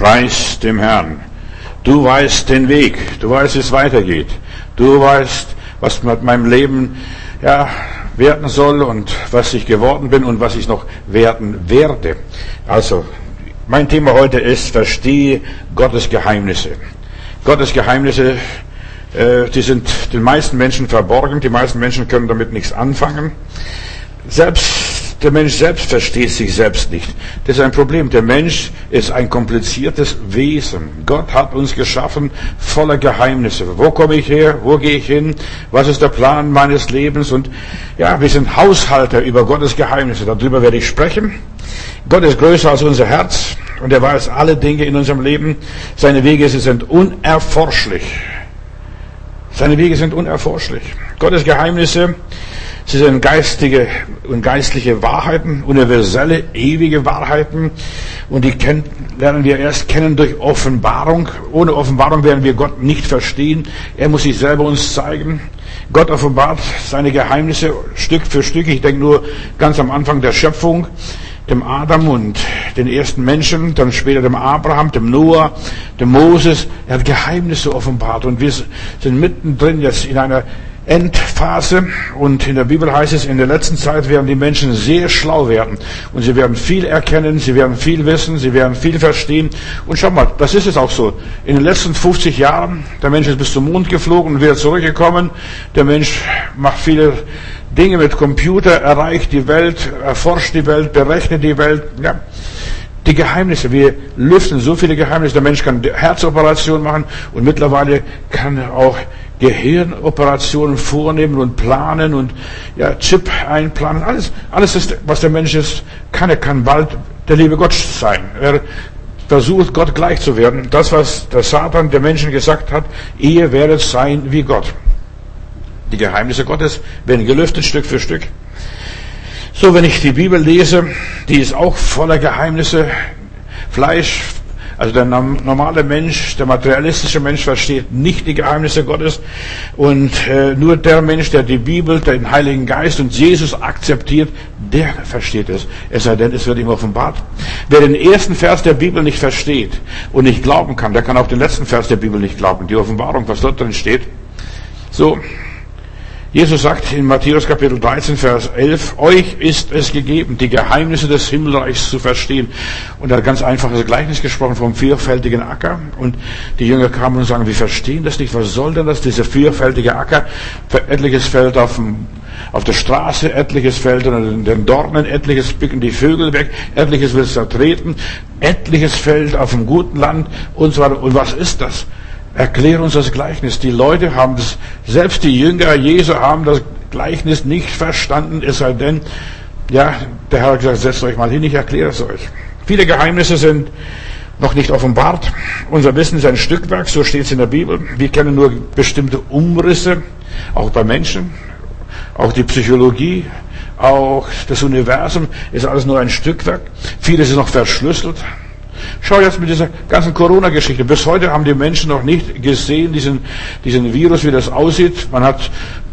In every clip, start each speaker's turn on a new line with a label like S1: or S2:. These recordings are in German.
S1: Preis dem Herrn. Du weißt den Weg, du weißt, wie es weitergeht. Du weißt, was mit meinem Leben werden soll und was ich geworden bin und was ich noch werden werde. Also, mein Thema heute ist, verstehe Gottes Geheimnisse. Gottes Geheimnisse, die sind den meisten Menschen verborgen. Die meisten Menschen können damit nichts anfangen. Der Mensch selbst versteht sich selbst nicht. Das ist ein Problem. Der Mensch ist ein kompliziertes Wesen. Gott hat uns geschaffen voller Geheimnisse. Wo komme ich her? Wo gehe ich hin? Was ist der Plan meines Lebens? Und wir sind Haushalter über Gottes Geheimnisse. Darüber werde ich sprechen. Gott ist größer als unser Herz und er weiß alle Dinge in unserem Leben. Seine Wege sind unerforschlich. Seine Wege sind unerforschlich. Gottes Geheimnisse, sie sind geistige und geistliche Wahrheiten, universelle, ewige Wahrheiten. Und die lernen wir erst kennen durch Offenbarung. Ohne Offenbarung werden wir Gott nicht verstehen. Er muss sich selber uns zeigen. Gott offenbart seine Geheimnisse Stück für Stück. Ich denke nur ganz am Anfang der Schöpfung, dem Adam und den ersten Menschen, dann später dem Abraham, dem Noah, dem Moses. Er hat Geheimnisse offenbart. Und wir sind mittendrin jetzt in einer Endphase, und in der Bibel heißt es, in der letzten Zeit werden die Menschen sehr schlau werden und sie werden viel erkennen, sie werden viel wissen, sie werden viel verstehen. Und schau mal, das ist es auch so. In den letzten 50 Jahren, der Mensch ist bis zum Mond geflogen und wieder zurückgekommen. Der Mensch macht viele Dinge mit Computer, erreicht die Welt, erforscht die Welt, berechnet die Welt. Ja. Die Geheimnisse, wir lüften so viele Geheimnisse. Der Mensch kann Herzoperationen machen und mittlerweile kann er auch Gehirnoperationen vornehmen und planen und Chip einplanen. Alles ist, was der Mensch ist, er kann bald der liebe Gott sein. Er versucht, Gott gleich zu werden. Das, was der Satan der Menschen gesagt hat, ihr werdet sein wie Gott. Die Geheimnisse Gottes werden gelüftet Stück für Stück. So, wenn ich die Bibel lese, die ist auch voller Geheimnisse. Fleisch, also der normale Mensch, der materialistische Mensch versteht nicht die Geheimnisse Gottes. Und nur der Mensch, der die Bibel, den Heiligen Geist und Jesus akzeptiert, der versteht es. Es sei denn, es wird ihm offenbart. Wer den ersten Vers der Bibel nicht versteht und nicht glauben kann, der kann auch den letzten Vers der Bibel nicht glauben. Die Offenbarung, was dort drin steht. So, Jesus sagt in Matthäus Kapitel 13, Vers 11, euch ist es gegeben, die Geheimnisse des Himmelreichs zu verstehen. Und er hat ganz einfaches Gleichnis gesprochen vom vierfältigen Acker. Und die Jünger kamen und sagen, wir verstehen das nicht, was soll denn das, dieser vierfältige Acker? Etliches Feld auf der Straße, etliches Feld unter den Dornen, etliches picken die Vögel weg, etliches will es zertreten, etliches Feld auf dem guten Land und so weiter. Und was ist das? Erklär uns das Gleichnis. Die Leute haben das, selbst die Jünger Jesu haben das Gleichnis nicht verstanden, es sei denn, der Herr hat gesagt, setzt euch mal hin, ich erkläre es euch. Viele Geheimnisse sind noch nicht offenbart. Unser Wissen ist ein Stückwerk, so steht es in der Bibel. Wir kennen nur bestimmte Umrisse, auch bei Menschen, auch die Psychologie, auch das Universum ist alles nur ein Stückwerk. Vieles ist noch verschlüsselt. Schau jetzt mit dieser ganzen Corona-Geschichte. Bis heute haben die Menschen noch nicht gesehen, diesen Virus, wie das aussieht. Man hat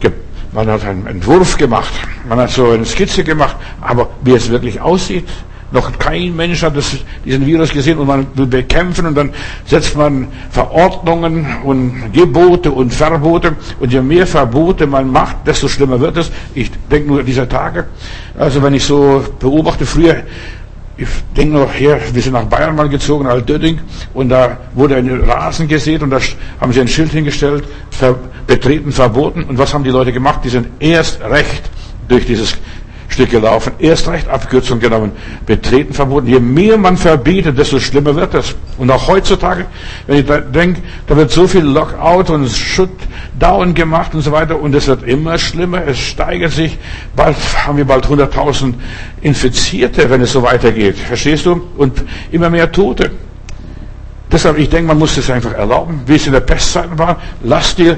S1: einen Entwurf gemacht, man hat so eine Skizze gemacht, aber wie es wirklich aussieht, noch kein Mensch hat diesen Virus gesehen und man will bekämpfen und dann setzt man Verordnungen und Gebote und Verbote und je mehr Verbote man macht, desto schlimmer wird es. Ich denke nur dieser Tage, also wenn ich so beobachte, früher, ich denke noch her, wir sind nach Bayern mal gezogen, Altdötting, und da wurde ein Rasen gesät und da haben sie ein Schild hingestellt, betreten verboten. Und was haben die Leute gemacht? Die sind erst recht durch dieses Stück gelaufen, erst recht Abkürzung genommen, betreten verboten. Je mehr man verbietet, desto schlimmer wird es. Und auch heutzutage, wenn ich denke, da wird so viel Lockout und Shutdown gemacht und so weiter und es wird immer schlimmer, es steigert sich. Bald haben wir 100.000 Infizierte, wenn es so weitergeht. Verstehst du? Und immer mehr Tote. Deshalb, ich denke, man muss das einfach erlauben, wie es in der Pestzeiten war. Lass die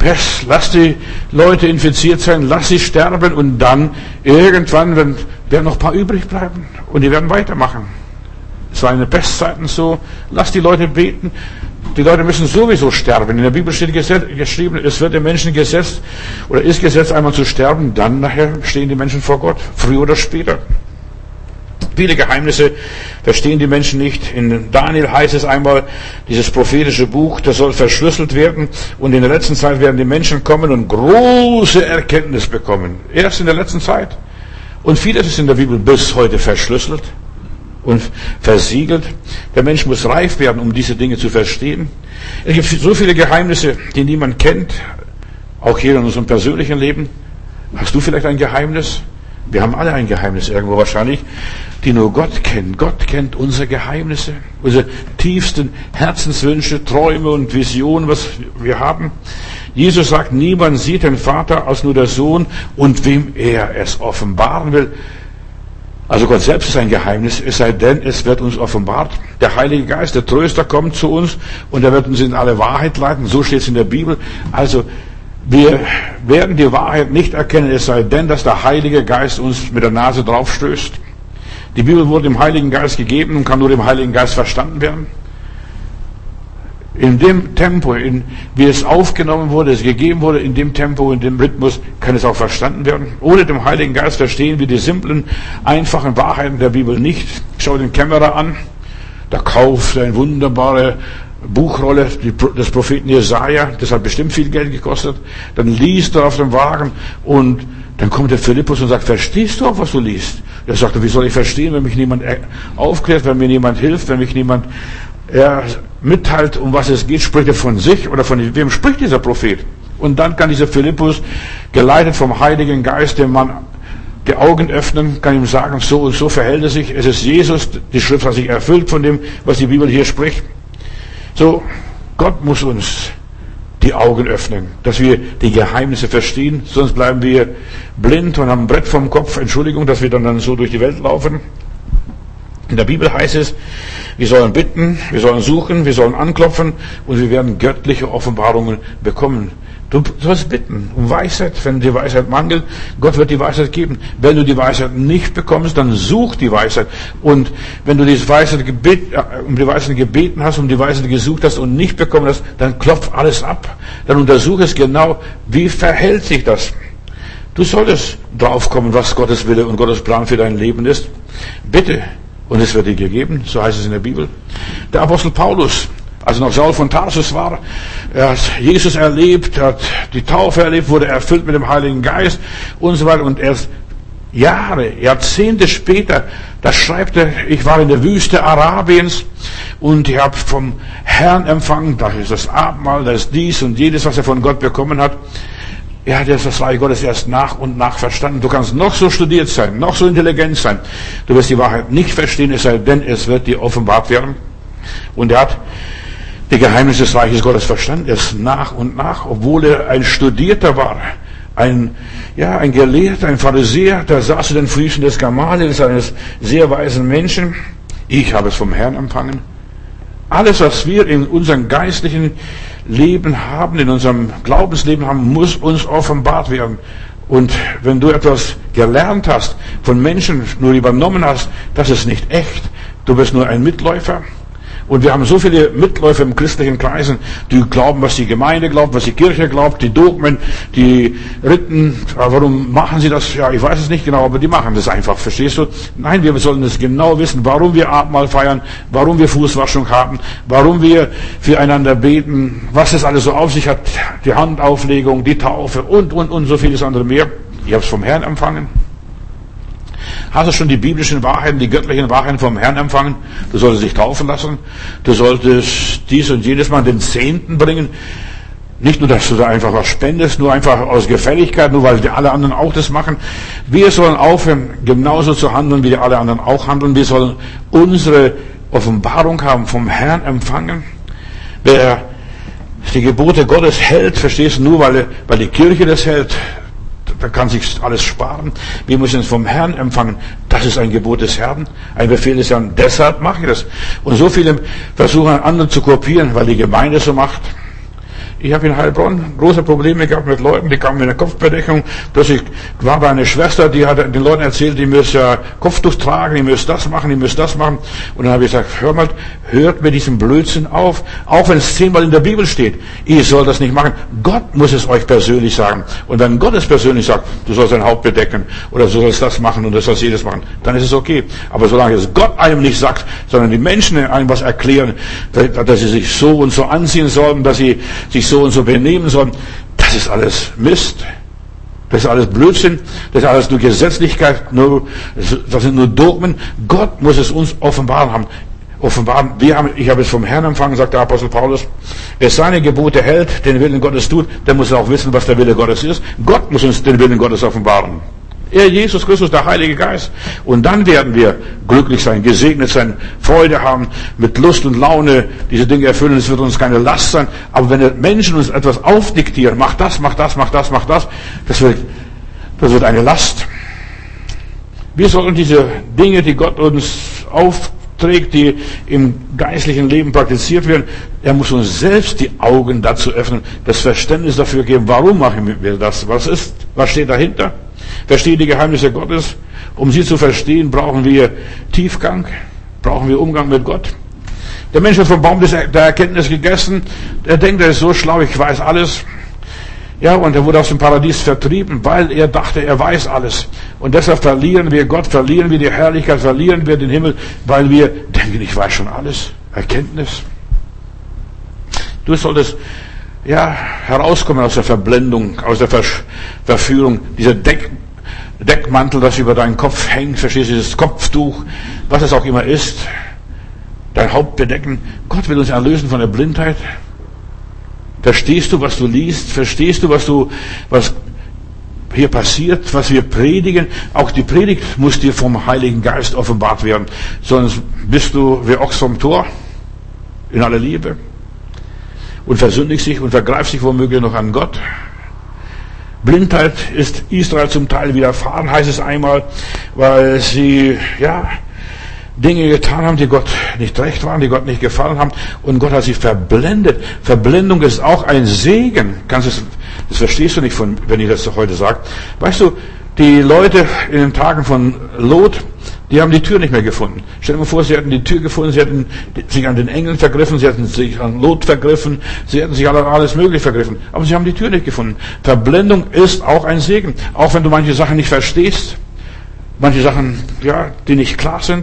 S1: Leute infiziert sein, lass sie sterben und dann irgendwann werden noch ein paar übrig bleiben und die werden weitermachen. Es war in den Pestzeiten so, lass die Leute beten. Die Leute müssen sowieso sterben. In der Bibel steht geschrieben, es wird den Menschen gesetzt oder ist gesetzt, einmal zu sterben, dann nachher stehen die Menschen vor Gott, früher oder später. Viele Geheimnisse verstehen die Menschen nicht. In Daniel heißt es einmal, dieses prophetische Buch, das soll verschlüsselt werden. Und in der letzten Zeit werden die Menschen kommen und große Erkenntnis bekommen. Erst in der letzten Zeit. Und vieles ist in der Bibel bis heute verschlüsselt und versiegelt. Der Mensch muss reif werden, um diese Dinge zu verstehen. Es gibt so viele Geheimnisse, die niemand kennt. Auch hier in unserem persönlichen Leben. Hast du vielleicht ein Geheimnis? Wir haben alle ein Geheimnis irgendwo wahrscheinlich, die nur Gott kennt. Gott kennt unsere Geheimnisse, unsere tiefsten Herzenswünsche, Träume und Visionen, was wir haben. Jesus sagt, niemand sieht den Vater als nur der Sohn und wem er es offenbaren will. Also Gott selbst ist ein Geheimnis, es sei denn, es wird uns offenbart. Der Heilige Geist, der Tröster, kommt zu uns und er wird uns in alle Wahrheit leiten. So steht es in der Bibel. Also wir werden die Wahrheit nicht erkennen, es sei denn, dass der Heilige Geist uns mit der Nase draufstößt. Die Bibel wurde dem Heiligen Geist gegeben und kann nur dem Heiligen Geist verstanden werden. In dem Tempo, wie es aufgenommen wurde, es gegeben wurde, in dem Tempo, in dem Rhythmus, kann es auch verstanden werden. Ohne dem Heiligen Geist verstehen wir die simplen, einfachen Wahrheiten der Bibel nicht. Schau den Kämmerer an, der kauft eine wunderbare Buchrolle des Propheten Jesaja, das hat bestimmt viel Geld gekostet. Dann liest er auf dem Wagen und dann kommt der Philippus und sagt, verstehst du auch, was du liest? Er sagt, wie soll ich verstehen, wenn mich niemand aufklärt, wenn mir niemand hilft, wenn mich niemand mitteilt, um was es geht? Spricht er von sich oder von wem spricht dieser Prophet? Und dann kann dieser Philippus, geleitet vom Heiligen Geist, dem Mann die Augen öffnen, kann ihm sagen, so und so verhält es sich. Es ist Jesus, die Schrift hat sich erfüllt von dem, was die Bibel hier spricht. So, Gott muss uns die Augen öffnen, dass wir die Geheimnisse verstehen, sonst bleiben wir blind und haben ein Brett vom Kopf. Entschuldigung, dass wir dann so durch die Welt laufen. In der Bibel heißt es, wir sollen bitten, wir sollen suchen, wir sollen anklopfen und wir werden göttliche Offenbarungen bekommen. Du sollst bitten um Weisheit, wenn die Weisheit mangelt. Gott wird die Weisheit geben. Wenn du die Weisheit nicht bekommst, dann such die Weisheit. Und wenn du um die Weisheit gebeten hast, um die Weisheit gesucht hast und nicht bekommen hast, dann klopf alles ab. Dann untersuche es genau, wie verhält sich das. Du solltest draufkommen, was Gottes Wille und Gottes Plan für dein Leben ist. Bitte. Und es wird dir gegeben, so heißt es in der Bibel. Der Apostel Paulus, als er noch Saul von Tarsus war, er hat Jesus erlebt, er hat die Taufe erlebt, wurde erfüllt mit dem Heiligen Geist und so weiter. Und erst Jahrzehnte später, da schreibt er, ich war in der Wüste Arabiens und ich habe vom Herrn empfangen, da ist das Abendmahl, da ist dies und jenes, was er von Gott bekommen hat. Er hat jetzt das Reich Gottes erst nach und nach verstanden. Du kannst noch so studiert sein, noch so intelligent sein. Du wirst die Wahrheit nicht verstehen, es sei denn, es wird dir offenbart werden. Und er hat die Geheimnisse des Reiches Gottes verstanden, erst nach und nach, obwohl er ein Studierter war. Ein Gelehrter, ein Pharisäer, der saß zu den Füßen des Gamaliel, eines sehr weisen Menschen. Ich habe es vom Herrn empfangen. Alles, was wir in unserem geistlichen Leben haben, in unserem Glaubensleben haben, muss uns offenbart werden. Und wenn du etwas gelernt hast, von Menschen nur übernommen hast, das ist nicht echt. Du bist nur ein Mitläufer. Und wir haben so viele Mitläufer im christlichen Kreisen, die glauben, was die Gemeinde glaubt, was die Kirche glaubt, die Dogmen, die Riten. Warum machen sie das? Ja, ich weiß es nicht genau, aber die machen das einfach. Verstehst du? Nein, wir sollen es genau wissen, warum wir Abendmahl feiern, warum wir Fußwaschung haben, warum wir füreinander beten, was es alles so auf sich hat, die Handauflegung, die Taufe und so vieles andere mehr. Ich habe es vom Herrn empfangen. Hast du schon die biblischen Wahrheiten, die göttlichen Wahrheiten vom Herrn empfangen? Du solltest dich taufen lassen. Du solltest dies und jedes Mal den Zehnten bringen. Nicht nur, dass du da einfach was spendest, nur einfach aus Gefälligkeit, nur weil die alle anderen auch das machen. Wir sollen aufhören, genauso zu handeln, wie die alle anderen auch handeln. Wir sollen unsere Offenbarung haben, vom Herrn empfangen. Wer die Gebote Gottes hält, verstehst du, nur weil die Kirche das hält, da kann sich alles sparen. Wir müssen es vom Herrn empfangen. Das ist ein Gebot des Herrn, ein Befehl des Herrn. Deshalb mache ich das. Und so viele versuchen, anderen zu kopieren, weil die Gemeinde so macht. Ich habe in Heilbronn große Probleme gehabt mit Leuten, die kamen mit einer Kopfbedeckung. Plötzlich war da eine Schwester, die hat den Leuten erzählt, die müssen ja Kopftuch tragen, die müssen das machen, die müssen das machen. Und dann habe ich gesagt, hört mir diesen Blödsinn auf, auch wenn es 10-mal in der Bibel steht. Ihr sollt das nicht machen. Gott muss es euch persönlich sagen. Und wenn Gott es persönlich sagt, du sollst dein Haupt bedecken oder du sollst das machen und du sollst jedes machen, dann ist es okay. Aber solange es Gott einem nicht sagt, sondern die Menschen einem was erklären, dass sie sich so und so anziehen sollen, dass sie sich so und so benehmen sollen, das ist alles Mist. Das ist alles Blödsinn. Das ist alles nur Gesetzlichkeit. Das sind nur Dogmen. Gott muss es uns offenbaren. Ich habe es vom Herrn empfangen, sagt der Apostel Paulus. Wer seine Gebote hält, den Willen Gottes tut, der muss auch wissen, was der Wille Gottes ist. Gott muss uns den Willen Gottes offenbaren. Er, Jesus Christus, der Heilige Geist. Und dann werden wir glücklich sein, gesegnet sein, Freude haben, mit Lust und Laune diese Dinge erfüllen. Es wird uns keine Last sein. Aber wenn Menschen uns etwas aufdiktieren, mach das, das wird eine Last. Wir sollen diese Dinge, die Gott uns aufträgt, die im geistlichen Leben praktiziert werden, er muss uns selbst die Augen dazu öffnen, das Verständnis dafür geben, warum machen wir das, was steht dahinter. Verstehe die Geheimnisse Gottes. Um sie zu verstehen, brauchen wir Tiefgang, brauchen wir Umgang mit Gott. Der Mensch hat vom Baum der Erkenntnis gegessen. Er denkt, er ist so schlau, ich weiß alles. Ja, und er wurde aus dem Paradies vertrieben, weil er dachte, er weiß alles. Und deshalb verlieren wir Gott, verlieren wir die Herrlichkeit, verlieren wir den Himmel, weil wir denken, ich weiß schon alles. Erkenntnis. Du solltest herauskommen aus der Verblendung, aus der Verführung, dieser Deckmantel, das über deinen Kopf hängt, verstehst du, dieses Kopftuch, was es auch immer ist, dein Haupt bedecken. Gott will uns erlösen von der Blindheit. Verstehst du, was du liest? Verstehst du, was hier passiert, was wir predigen? Auch die Predigt muss dir vom Heiligen Geist offenbart werden, sonst bist du wie Ochs vom Tor in aller Liebe und versündigst dich und vergreifst dich womöglich noch an Gott. Blindheit ist Israel zum Teil widerfahren, heißt es einmal, weil sie, Dinge getan haben, die Gott nicht recht waren, die Gott nicht gefallen haben, und Gott hat sie verblendet. Verblendung ist auch ein Segen. Das verstehst du nicht, wenn ich das heute sage. Weißt du, die Leute in den Tagen von Lot, die haben die Tür nicht mehr gefunden. Stell dir mal vor, sie hätten die Tür gefunden, sie hätten sich an den Engeln vergriffen, sie hätten sich an Lot vergriffen, sie hätten sich an alles Mögliche vergriffen. Aber sie haben die Tür nicht gefunden. Verblendung ist auch ein Segen. Auch wenn du manche Sachen nicht verstehst, manche Sachen, die nicht klar sind.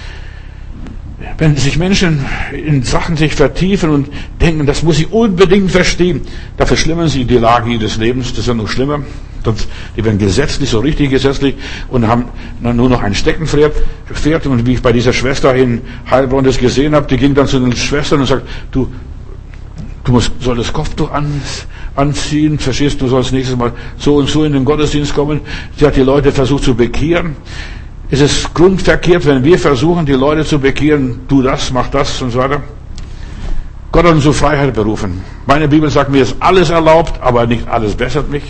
S1: Wenn sich Menschen in Sachen sich vertiefen und denken, das muss ich unbedingt verstehen, da verschlimmern sie die Lage ihres Lebens. Das wird noch schlimmer. Die werden gesetzlich, so richtig gesetzlich, und haben dann nur noch ein Steckenpferd. Und wie ich bei dieser Schwester in Heilbronn das gesehen habe, die ging dann zu den Schwestern und sagt, du sollst das Kopftuch anziehen, verstehst du, sollst nächstes Mal so und so in den Gottesdienst kommen. Sie hat die Leute versucht zu bekehren. Es ist grundverkehrt, wenn wir versuchen, die Leute zu bekehren, tu das, mach das und so weiter. Gott hat uns zur Freiheit berufen. Meine Bibel sagt, mir ist alles erlaubt, aber nicht alles bessert mich.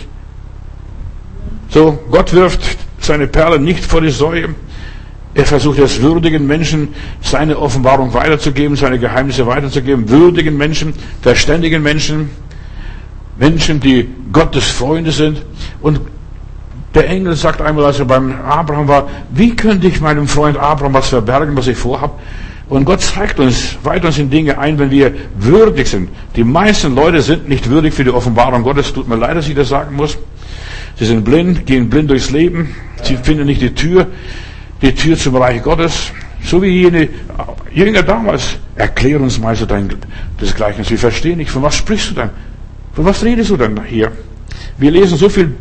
S1: So, Gott wirft seine Perle nicht vor die Säue. Er versucht es würdigen Menschen, seine Offenbarung weiterzugeben, seine Geheimnisse weiterzugeben. Würdigen Menschen, verständigen Menschen, Menschen, die Gottes Freunde sind. Und der Engel sagt einmal, als er beim Abraham war, wie könnte ich meinem Freund Abraham was verbergen, was ich vorhabe? Und Gott zeigt uns, weiht uns in Dinge ein, wenn wir würdig sind. Die meisten Leute sind nicht würdig für die Offenbarung Gottes. Tut mir leid, dass ich das sagen muss. Sie sind blind, gehen blind durchs Leben. Sie finden nicht die Tür zum Reich Gottes. So wie jene Jünger damals. Erklär uns mal so das Gleichnis. Wir verstehen nicht. Von was sprichst du denn? Von was redest du denn hier? Wir lesen so viel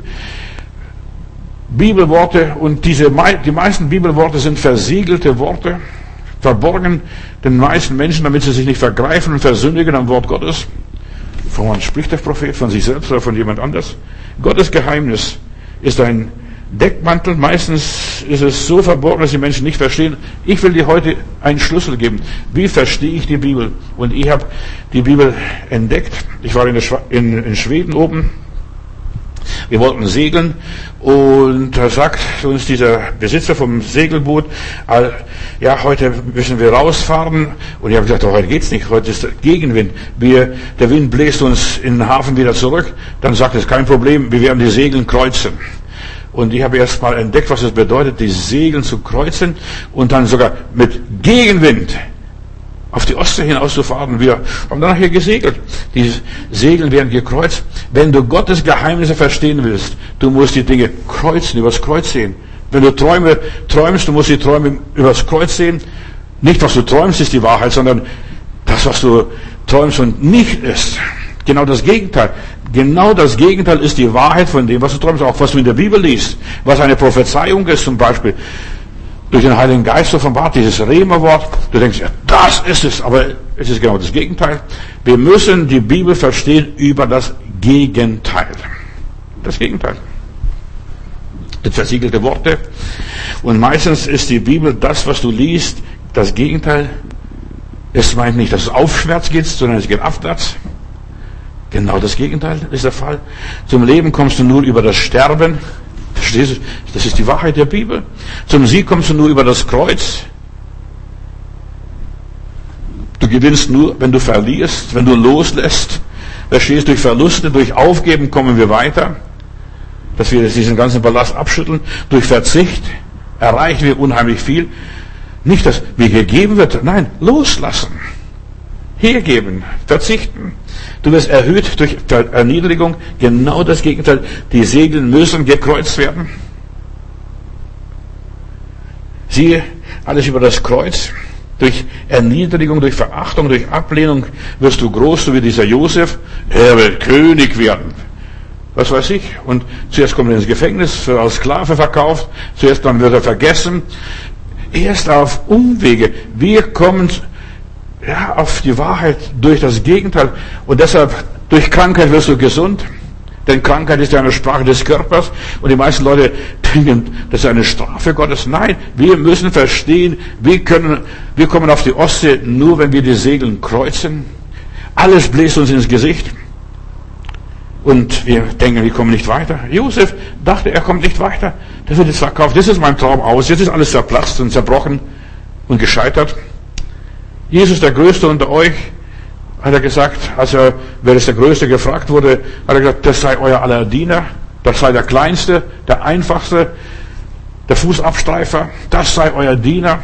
S1: Bibelworte, und die meisten Bibelworte sind versiegelte Worte, verborgen den meisten Menschen, damit sie sich nicht vergreifen und versündigen am Wort Gottes. Von wann spricht der Prophet? Von sich selbst oder von jemand anders? Gottes Geheimnis ist ein Deckmantel. Meistens ist es so verborgen, dass die Menschen nicht verstehen. Ich will dir heute einen Schlüssel geben. Wie verstehe ich die Bibel? Und ich habe die Bibel entdeckt. Ich war in Schweden oben. Wir wollten segeln und da sagt uns dieser Besitzer vom Segelboot, ja, heute müssen wir rausfahren. Und ich habe gesagt, heute geht's nicht, heute ist Gegenwind. Der Wind bläst uns in den Hafen wieder zurück. Dann sagt es, kein Problem, wir werden die Segel kreuzen. Und ich habe erst mal entdeckt, was es bedeutet, die Segel zu kreuzen und dann sogar mit Gegenwind auf die Ostsee hinauszufahren. Wir haben dann hier gesegelt. Die Segel werden gekreuzt. Wenn du Gottes Geheimnisse verstehen willst, du musst die Dinge kreuzen, übers Kreuz sehen. Wenn du Träume träumst, du musst die Träume übers Kreuz sehen. Nicht, was du träumst, ist die Wahrheit, sondern das, was du träumst und nicht ist. Genau das Gegenteil. Genau das Gegenteil ist die Wahrheit von dem, was du träumst. Auch was du in der Bibel liest. Was eine Prophezeiung ist zum Beispiel. Durch den Heiligen Geist offenbart, dieses Rema-Wort. Du denkst, ja, das ist es. Aber es ist genau das Gegenteil. Wir müssen die Bibel verstehen über das Gegenteil. Das Gegenteil. Das versiegelte Worte. Und meistens ist die Bibel das, was du liest, das Gegenteil. Es meint nicht, dass es aufwärts geht, sondern es geht abwärts. Genau das Gegenteil ist der Fall. Zum Leben kommst du nur über das Sterben. Verstehst du? Das ist die Wahrheit der Bibel. Zum Sieg kommst du nur über das Kreuz. Du gewinnst nur, wenn du verlierst, wenn du loslässt. Verstehst du? Durch Verluste, durch Aufgeben kommen wir weiter. Dass wir diesen ganzen Ballast abschütteln. Durch Verzicht erreichen wir unheimlich viel. Nicht, dass mir gegeben wird, nein, loslassen. Hergeben, verzichten. Du wirst erhöht durch Erniedrigung. Genau das Gegenteil. Die Segel müssen gekreuzt werden. Siehe, alles über das Kreuz. Durch Erniedrigung, durch Verachtung, durch Ablehnung wirst du groß, so wie dieser Josef. Er will König werden. Was weiß ich. Und zuerst kommt er ins Gefängnis, wird als Sklave verkauft. Zuerst dann wird er vergessen. Erst auf Umwege. Wir kommen auf die Wahrheit durch das Gegenteil. Und deshalb, durch Krankheit wirst du gesund. Denn Krankheit ist ja eine Sprache des Körpers. Und die meisten Leute denken, das ist eine Strafe Gottes. Nein, wir müssen verstehen, wir kommen auf die Ostsee nur, wenn wir die Segel kreuzen. Alles bläst uns ins Gesicht. Und wir denken, wir kommen nicht weiter. Josef dachte, er kommt nicht weiter. Das wird jetzt verkauft. Das ist mein Traum aus. Jetzt ist alles zerplatzt und zerbrochen und gescheitert. Jesus, der Größte unter euch, hat er gesagt, wer ist der Größte gefragt wurde, hat er gesagt, das sei euer aller Diener, das sei der Kleinste, der Einfachste, der Fußabstreifer, das sei euer Diener.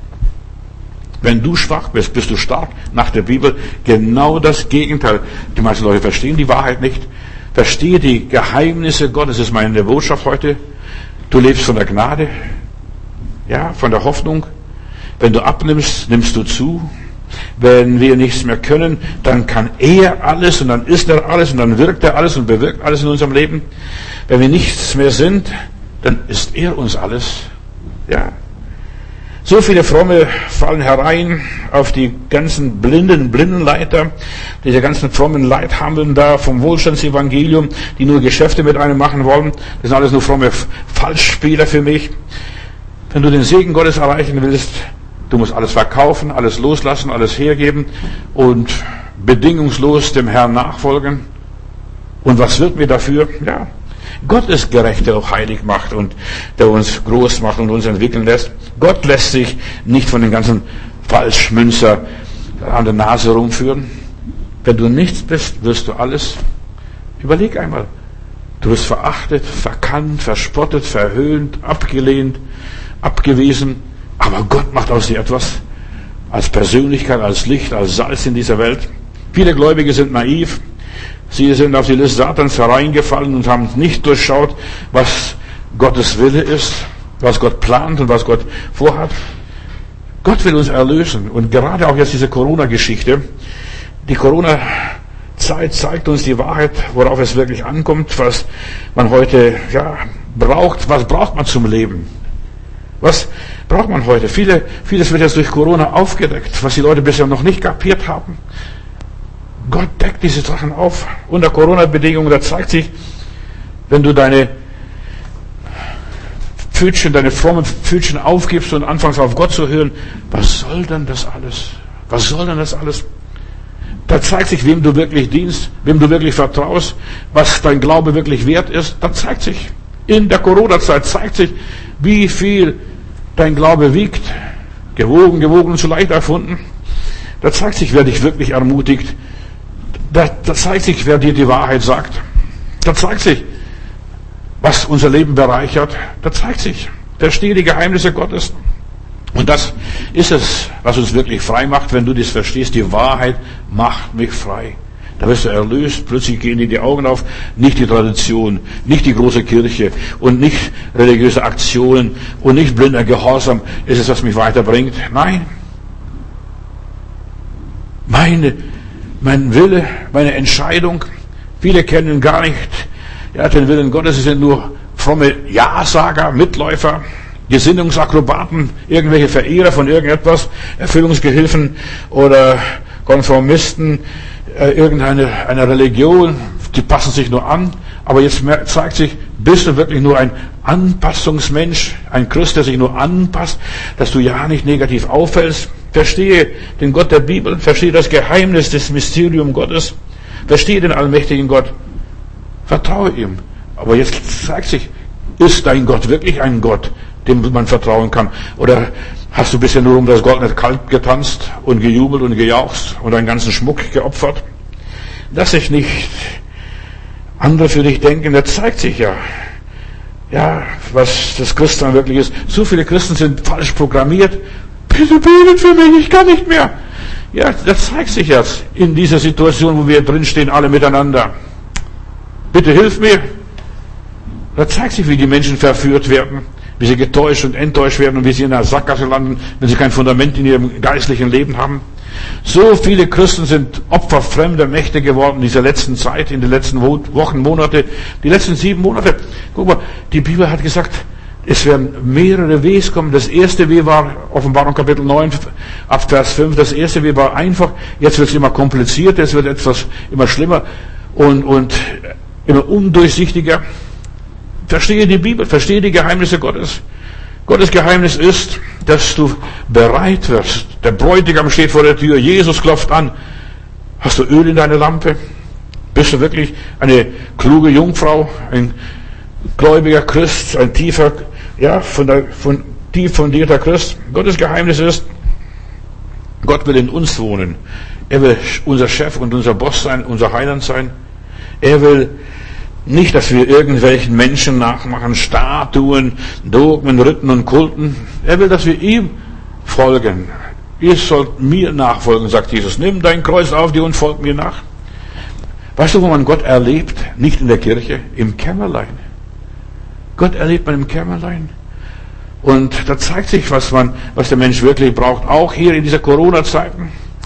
S1: Wenn du schwach bist, bist du stark. Nach der Bibel genau das Gegenteil. Die meisten Leute verstehen die Wahrheit nicht. Verstehe die Geheimnisse Gottes. Das ist meine Botschaft heute. Du lebst von der Gnade, ja, von der Hoffnung. Wenn du abnimmst, nimmst du zu. Wenn wir nichts mehr können, dann kann er alles und dann ist er alles und dann wirkt er alles und bewirkt alles in unserem Leben. Wenn wir nichts mehr sind, dann ist er uns alles. Ja. So viele Fromme fallen herein auf die ganzen Blindenleiter, diese ganzen frommen Leithameln da vom Wohlstandsevangelium, die nur Geschäfte mit einem machen wollen. Das sind alles nur fromme Falschspieler für mich. Wenn du den Segen Gottes erreichen willst, du musst alles verkaufen, alles loslassen, alles hergeben und bedingungslos dem Herrn nachfolgen. Und was wird mir dafür? Ja, Gott ist gerecht, der auch heilig macht und der uns groß macht und uns entwickeln lässt. Gott lässt sich nicht von den ganzen Falschmünzer an der Nase rumführen. Wenn du nichts bist, wirst du alles. Überleg einmal. Du wirst verachtet, verkannt, verspottet, verhöhnt, abgelehnt, abgewiesen. Aber Gott macht aus dir etwas. Als Persönlichkeit, als Licht, als Salz in dieser Welt. Viele Gläubige sind naiv. Sie sind auf die List Satans hereingefallen und haben nicht durchschaut, was Gottes Wille ist, was Gott plant und was Gott vorhat. Gott will uns erlösen. Und gerade auch jetzt diese Corona-Geschichte. Die Corona-Zeit zeigt uns die Wahrheit, worauf es wirklich ankommt, was man heute braucht. Was braucht man zum Leben? Was braucht man heute? Vieles wird jetzt durch Corona aufgedeckt, was die Leute bisher noch nicht kapiert haben. Gott deckt diese Sachen auf. Unter Corona-Bedingungen, da zeigt sich, wenn du deine frommen Pfötchen aufgibst und anfängst auf Gott zu hören, was soll denn das alles? Was soll denn das alles? Da zeigt sich, wem du wirklich dienst, wem du wirklich vertraust, was dein Glaube wirklich wert ist. Da zeigt sich, in der Corona-Zeit zeigt sich, wie viel dein Glaube wiegt. Gewogen und zu leicht erfunden. Da zeigt sich, wer dich wirklich ermutigt. Da zeigt sich, wer dir die Wahrheit sagt. Da zeigt sich, was unser Leben bereichert. Da zeigt sich, verstehe die Geheimnisse Gottes. Und das ist es, was uns wirklich frei macht, wenn du das verstehst. Die Wahrheit macht mich frei. Da wirst du erlöst, plötzlich gehen dir die Augen auf. Nicht die Tradition, nicht die große Kirche und nicht religiöse Aktionen und nicht blinder Gehorsam ist es, was mich weiterbringt. Nein. Mein Wille, meine Entscheidung. Viele kennen gar nicht den Willen Gottes. Sie sind nur fromme Ja-Sager, Mitläufer, Gesinnungsakrobaten, irgendwelche Verehrer von irgendetwas, Erfüllungsgehilfen oder Konformisten einer Religion, die passen sich nur an. Aber jetzt zeigt sich, bist du wirklich nur ein Anpassungsmensch, ein Christ, der sich nur anpasst, dass du ja nicht negativ auffällst. Verstehe den Gott der Bibel, verstehe das Geheimnis des Mysterium Gottes, verstehe den allmächtigen Gott, vertraue ihm. Aber jetzt zeigt sich, ist dein Gott wirklich ein Gott, dem man vertrauen kann? Oder hast du bisher nur um das goldene Kalb getanzt und gejubelt und gejauchzt und deinen ganzen Schmuck geopfert? Lass dich nicht andere für dich denken, das zeigt sich ja, was das Christsein wirklich ist. So viele Christen sind falsch programmiert. Bitte betet für mich, ich kann nicht mehr. Ja, das zeigt sich jetzt in dieser Situation, wo wir drinstehen, alle miteinander. Bitte hilf mir. Da zeigt sich, wie die Menschen verführt werden, wie sie getäuscht und enttäuscht werden und wie sie in einer Sackgasse landen, wenn sie kein Fundament in ihrem geistlichen Leben haben. So viele Christen sind Opfer fremder Mächte geworden in dieser letzten Zeit, in den letzten Wochen, Monate, die letzten 7 Monate. Guck mal, die Bibel hat gesagt, es werden mehrere Ws kommen. Das erste W war Offenbarung Kapitel 9 ab Vers 5. Das erste W war einfach. Jetzt wird es immer komplizierter, es wird etwas immer schlimmer und immer undurchsichtiger. Verstehe die Bibel, verstehe die Geheimnisse Gottes. Gottes Geheimnis ist, dass du bereit wirst. Der Bräutigam steht vor der Tür, Jesus klopft an. Hast du Öl in deiner Lampe? Bist du wirklich eine kluge Jungfrau, ein gläubiger Christ, ein tiefer, tief fundierter Christ? Gottes Geheimnis ist, Gott will in uns wohnen. Er will unser Chef und unser Boss sein, unser Heiland sein. Er will nicht, dass wir irgendwelchen Menschen nachmachen, Statuen, Dogmen, Riten und Kulten. Er will, dass wir ihm folgen. Ihr sollt mir nachfolgen, sagt Jesus. Nimm dein Kreuz auf dir und folg mir nach. Weißt du, wo man Gott erlebt? Nicht in der Kirche, im Kämmerlein. Gott erlebt man im Kämmerlein. Und da zeigt sich, was der Mensch wirklich braucht. Auch hier in dieser Corona-Zeiten.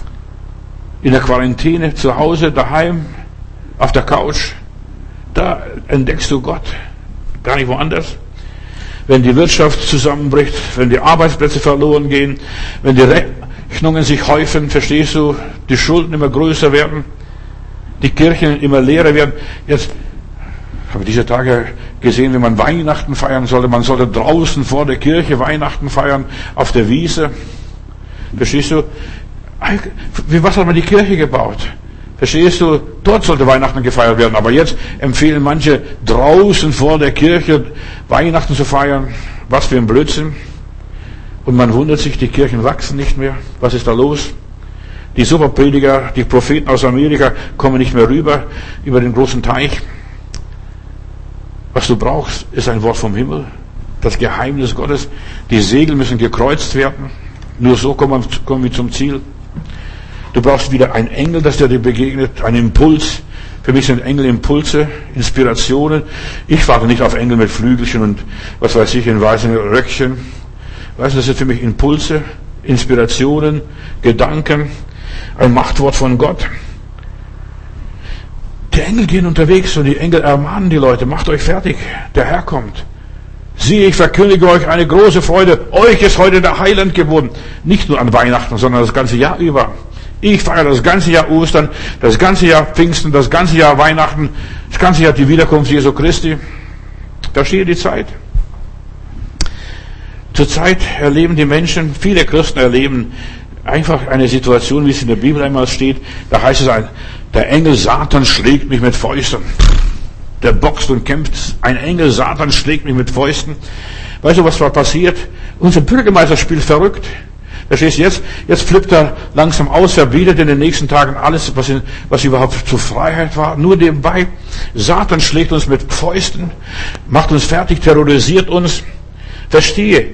S1: In der Quarantäne, zu Hause, daheim, auf der Couch. Da entdeckst du Gott, gar nicht woanders. Wenn die Wirtschaft zusammenbricht, wenn die Arbeitsplätze verloren gehen, wenn die Rechnungen sich häufen, verstehst du, die Schulden immer größer werden, die Kirchen immer leerer werden. Jetzt habe ich diese Tage gesehen, wie man Weihnachten feiern sollte. Man sollte draußen vor der Kirche Weihnachten feiern, auf der Wiese. Verstehst du? Wie was hat man die Kirche gebaut? Verstehst du? Dort sollte Weihnachten gefeiert werden. Aber jetzt empfehlen manche, draußen vor der Kirche Weihnachten zu feiern. Was für ein Blödsinn. Und man wundert sich, die Kirchen wachsen nicht mehr. Was ist da los? Die Superprediger, die Propheten aus Amerika kommen nicht mehr rüber über den großen Teich. Was du brauchst, ist ein Wort vom Himmel. Das Geheimnis Gottes. Die Segel müssen gekreuzt werden. Nur so kommen wir zum Ziel. Du brauchst wieder einen Engel, dass der dir begegnet, einen Impuls. Für mich sind Engel Impulse, Inspirationen. Ich warte nicht auf Engel mit Flügelchen und was weiß ich, in weißen Röckchen. Weißt du, das sind für mich Impulse, Inspirationen, Gedanken, ein Machtwort von Gott. Die Engel gehen unterwegs und die Engel ermahnen die Leute, macht euch fertig, der Herr kommt. Siehe, ich verkündige euch eine große Freude, euch ist heute der Heiland geboren. Nicht nur an Weihnachten, sondern das ganze Jahr über. Ich feiere das ganze Jahr Ostern, das ganze Jahr Pfingsten, das ganze Jahr Weihnachten, das ganze Jahr die Wiederkunft Jesu Christi. Da steht die Zeit. Zurzeit erleben die Menschen, viele Christen erleben einfach eine Situation, wie es in der Bibel einmal steht. Da heißt es, der Engel Satan schlägt mich mit Fäusten. Der boxt und kämpft. Ein Engel Satan schlägt mich mit Fäusten. Weißt du, was da passiert? Unser Bürgermeister spielt verrückt. Verstehst du jetzt flippt er langsam aus, verbietet in den nächsten Tagen alles, was überhaupt zur Freiheit war. Nur nebenbei. Satan schlägt uns mit Fäusten, macht uns fertig, terrorisiert uns. Verstehe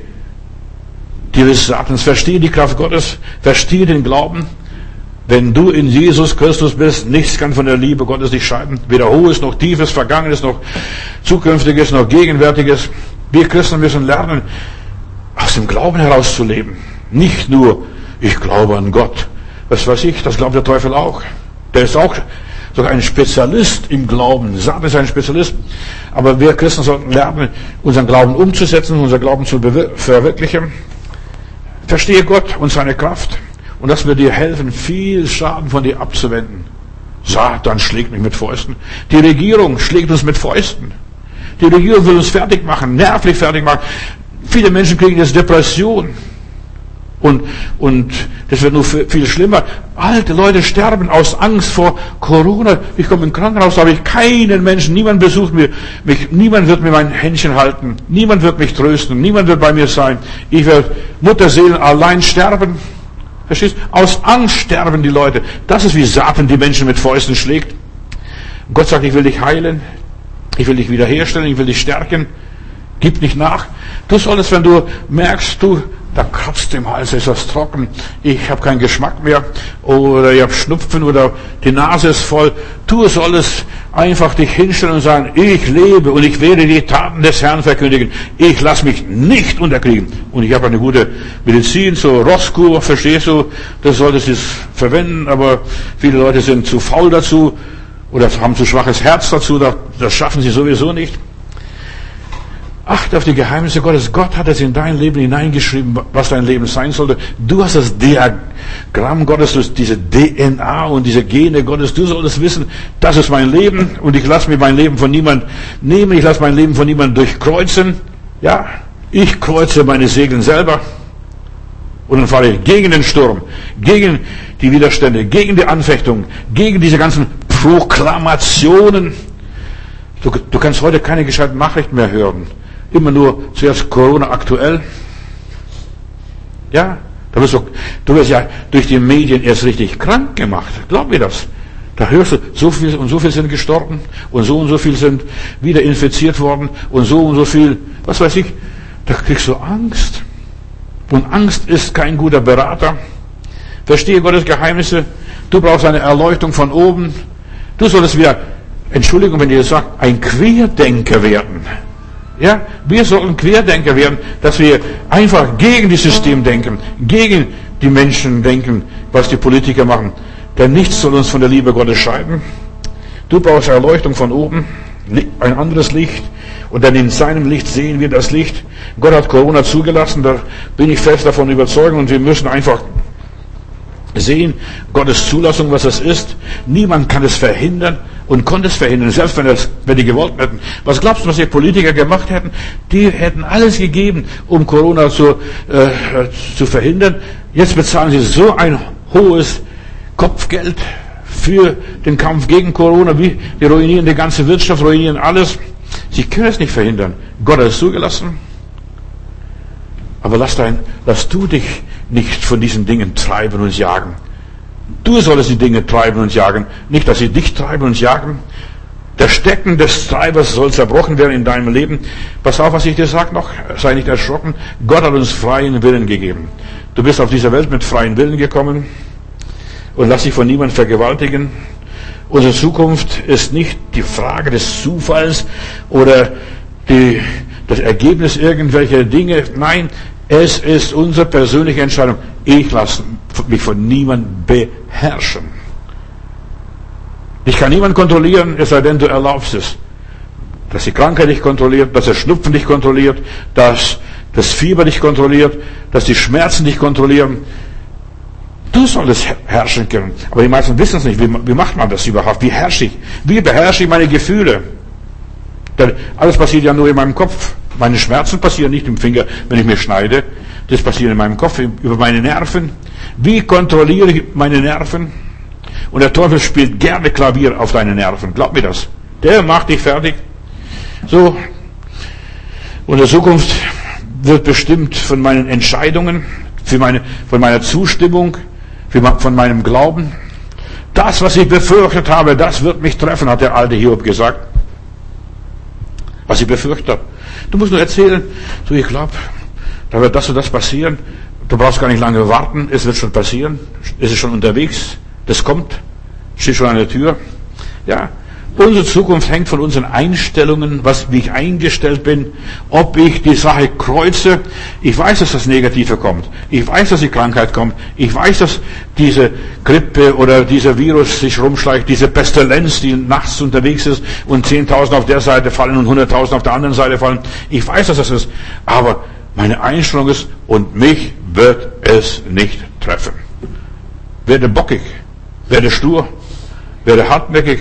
S1: die List Satans, verstehe die Kraft Gottes, verstehe den Glauben. Wenn du in Jesus Christus bist, nichts kann von der Liebe Gottes dich scheiden. Weder Hohes noch Tiefes, Vergangenes noch Zukünftiges noch Gegenwärtiges. Wir Christen müssen lernen, aus dem Glauben herauszuleben. Nicht nur, ich glaube an Gott. Was weiß ich, das glaubt der Teufel auch. Der ist auch sogar ein Spezialist im Glauben. Satan ist ein Spezialist. Aber wir Christen sollten lernen, unseren Glauben umzusetzen, unseren Glauben zu verwirklichen. Verstehe Gott und seine Kraft. Und das wird dir helfen, viel Schaden von dir abzuwenden. Satan schlägt mich mit Fäusten. Die Regierung schlägt uns mit Fäusten. Die Regierung will uns fertig machen, nervlich fertig machen. Viele Menschen kriegen jetzt Depression. Und das wird nur viel schlimmer. Alte Leute sterben aus Angst vor Corona. Ich komme im Krankenhaus, da habe ich keinen Menschen, niemand besucht mich, niemand wird mir mein Händchen halten, niemand wird mich trösten, niemand wird bei mir sein. Ich werde Mutterseelen allein sterben. Verstehst? Aus Angst sterben die Leute. Das ist, wie Satan die Menschen mit Fäusten schlägt. Gott sagt, ich will dich heilen, ich will dich wiederherstellen, ich will dich stärken. Gib nicht nach. Du solltest, wenn du merkst, da kratzt im Hals, ist das trocken, ich habe keinen Geschmack mehr oder ich habe Schnupfen oder die Nase ist voll. Du solltest einfach dich hinstellen und sagen, ich lebe und ich werde die Taten des Herrn verkündigen. Ich lasse mich nicht unterkriegen. Und ich habe eine gute Medizin, so Roskur, verstehst du, das solltest du verwenden, aber viele Leute sind zu faul dazu oder haben zu schwaches Herz dazu, das schaffen sie sowieso nicht. Achte auf die Geheimnisse Gottes. Gott hat es in dein Leben hineingeschrieben, was dein Leben sein sollte. Du hast das Diagramm Gottes, diese DNA und diese Gene Gottes. Du solltest wissen, das ist mein Leben und ich lasse mir mein Leben von niemand nehmen. Ich lasse mein Leben von niemand durchkreuzen. Ja, ich kreuze meine Segel selber und dann fahre ich gegen den Sturm, gegen die Widerstände, gegen die Anfechtung, gegen diese ganzen Proklamationen. Du kannst heute keine gescheiten Nachrichten mehr hören. Immer nur zuerst Corona aktuell. Ja, du wirst ja durch die Medien erst richtig krank gemacht. Glaub mir das. Da hörst du, so viel und so viel sind gestorben und so viel sind wieder infiziert worden und so viel, was weiß ich. Da kriegst du Angst. Und Angst ist kein guter Berater. Verstehe Gottes Geheimnisse. Du brauchst eine Erleuchtung von oben. Du solltest wieder, Entschuldigung, wenn ich das sage, ein Querdenker werden. Ja, wir sollten Querdenker werden, dass wir einfach gegen das System denken, gegen die Menschen denken, was die Politiker machen. Denn nichts soll uns von der Liebe Gottes scheiden. Du brauchst Erleuchtung von oben, ein anderes Licht. Und dann in seinem Licht sehen wir das Licht. Gott hat Corona zugelassen, da bin ich fest davon überzeugt. Und wir müssen einfach sehen, Gottes Zulassung, was es ist. Niemand kann es verhindern und konnte es verhindern, selbst wenn die gewollt hätten. Was glaubst du, was die Politiker gemacht hätten? Die hätten alles gegeben, um Corona zu verhindern. Jetzt bezahlen sie so ein hohes Kopfgeld für den Kampf gegen Corona. Die ruinieren die ganze Wirtschaft, ruinieren alles. Sie können es nicht verhindern. Gott hat es zugelassen. Aber lass du dich nicht von diesen Dingen treiben und jagen. Du solltest die Dinge treiben und jagen, nicht, dass sie dich treiben und jagen. Der Stecken des Treibers soll zerbrochen werden in deinem Leben. Pass auf, was ich dir sage noch, sei nicht erschrocken. Gott hat uns freien Willen gegeben. Du bist auf dieser Welt mit freien Willen gekommen und lass dich von niemandem vergewaltigen. Unsere Zukunft ist nicht die Frage des Zufalls oder das Ergebnis irgendwelcher Dinge. Nein, es ist unsere persönliche Entscheidung. Ich lasse mich von niemandem beherrschen. Ich kann niemanden kontrollieren, es sei denn, du erlaubst es. Dass die Krankheit dich kontrolliert, dass der Schnupfen dich kontrolliert, dass das Fieber dich kontrolliert, dass die Schmerzen dich kontrollieren. Du solltest herrschen können. Aber die meisten wissen es nicht. Wie macht man das überhaupt? Wie herrsche ich? Wie beherrsche ich meine Gefühle? Denn alles passiert ja nur in meinem Kopf. Meine Schmerzen passieren nicht im Finger, wenn ich mir schneide. Das passiert in meinem Kopf, über meine Nerven. Wie kontrolliere ich meine Nerven? Und der Teufel spielt gerne Klavier auf deine Nerven. Glaub mir das. Der macht dich fertig. So. Unsere Zukunft wird bestimmt von meinen Entscheidungen, von meiner Zustimmung, von meinem Glauben. Das, was ich befürchtet habe, das wird mich treffen, hat der alte Hiob gesagt. Was ich befürchtet habe. Du musst nur erzählen, so ich glaube, da wird das und das passieren. Du brauchst gar nicht lange warten, es wird schon passieren. Es ist schon unterwegs, das kommt, steht schon an der Tür. Ja, unsere Zukunft hängt von unseren Einstellungen, wie ich eingestellt bin, ob ich die Sache kreuze. Ich weiß, dass das Negative kommt. Ich weiß, dass die Krankheit kommt. Ich weiß, dass diese Grippe oder dieser Virus sich rumschleicht, diese Pestilenz, die nachts unterwegs ist und 10.000 auf der Seite fallen und 100.000 auf der anderen Seite fallen. Ich weiß, dass das ist. Aber meine Einstellung ist, und mich wird es nicht treffen. Werde bockig, werde stur, werde hartnäckig,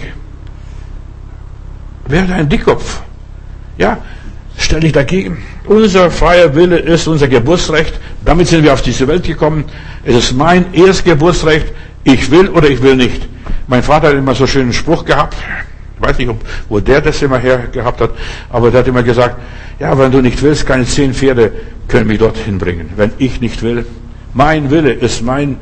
S1: werde ein Dickkopf. Ja, stell dich dagegen. Unser freier Wille ist unser Geburtsrecht. Damit sind wir auf diese Welt gekommen. Es ist mein Erstgeburtsrecht. Ich will oder ich will nicht. Mein Vater hat immer so einen schönen Spruch gehabt. Ich weiß nicht, wo der das immer her gehabt hat, aber der hat immer gesagt, ja, wenn du nicht willst, keine 10 Pferde können mich dorthin bringen. Wenn ich nicht will. Mein Wille ist mein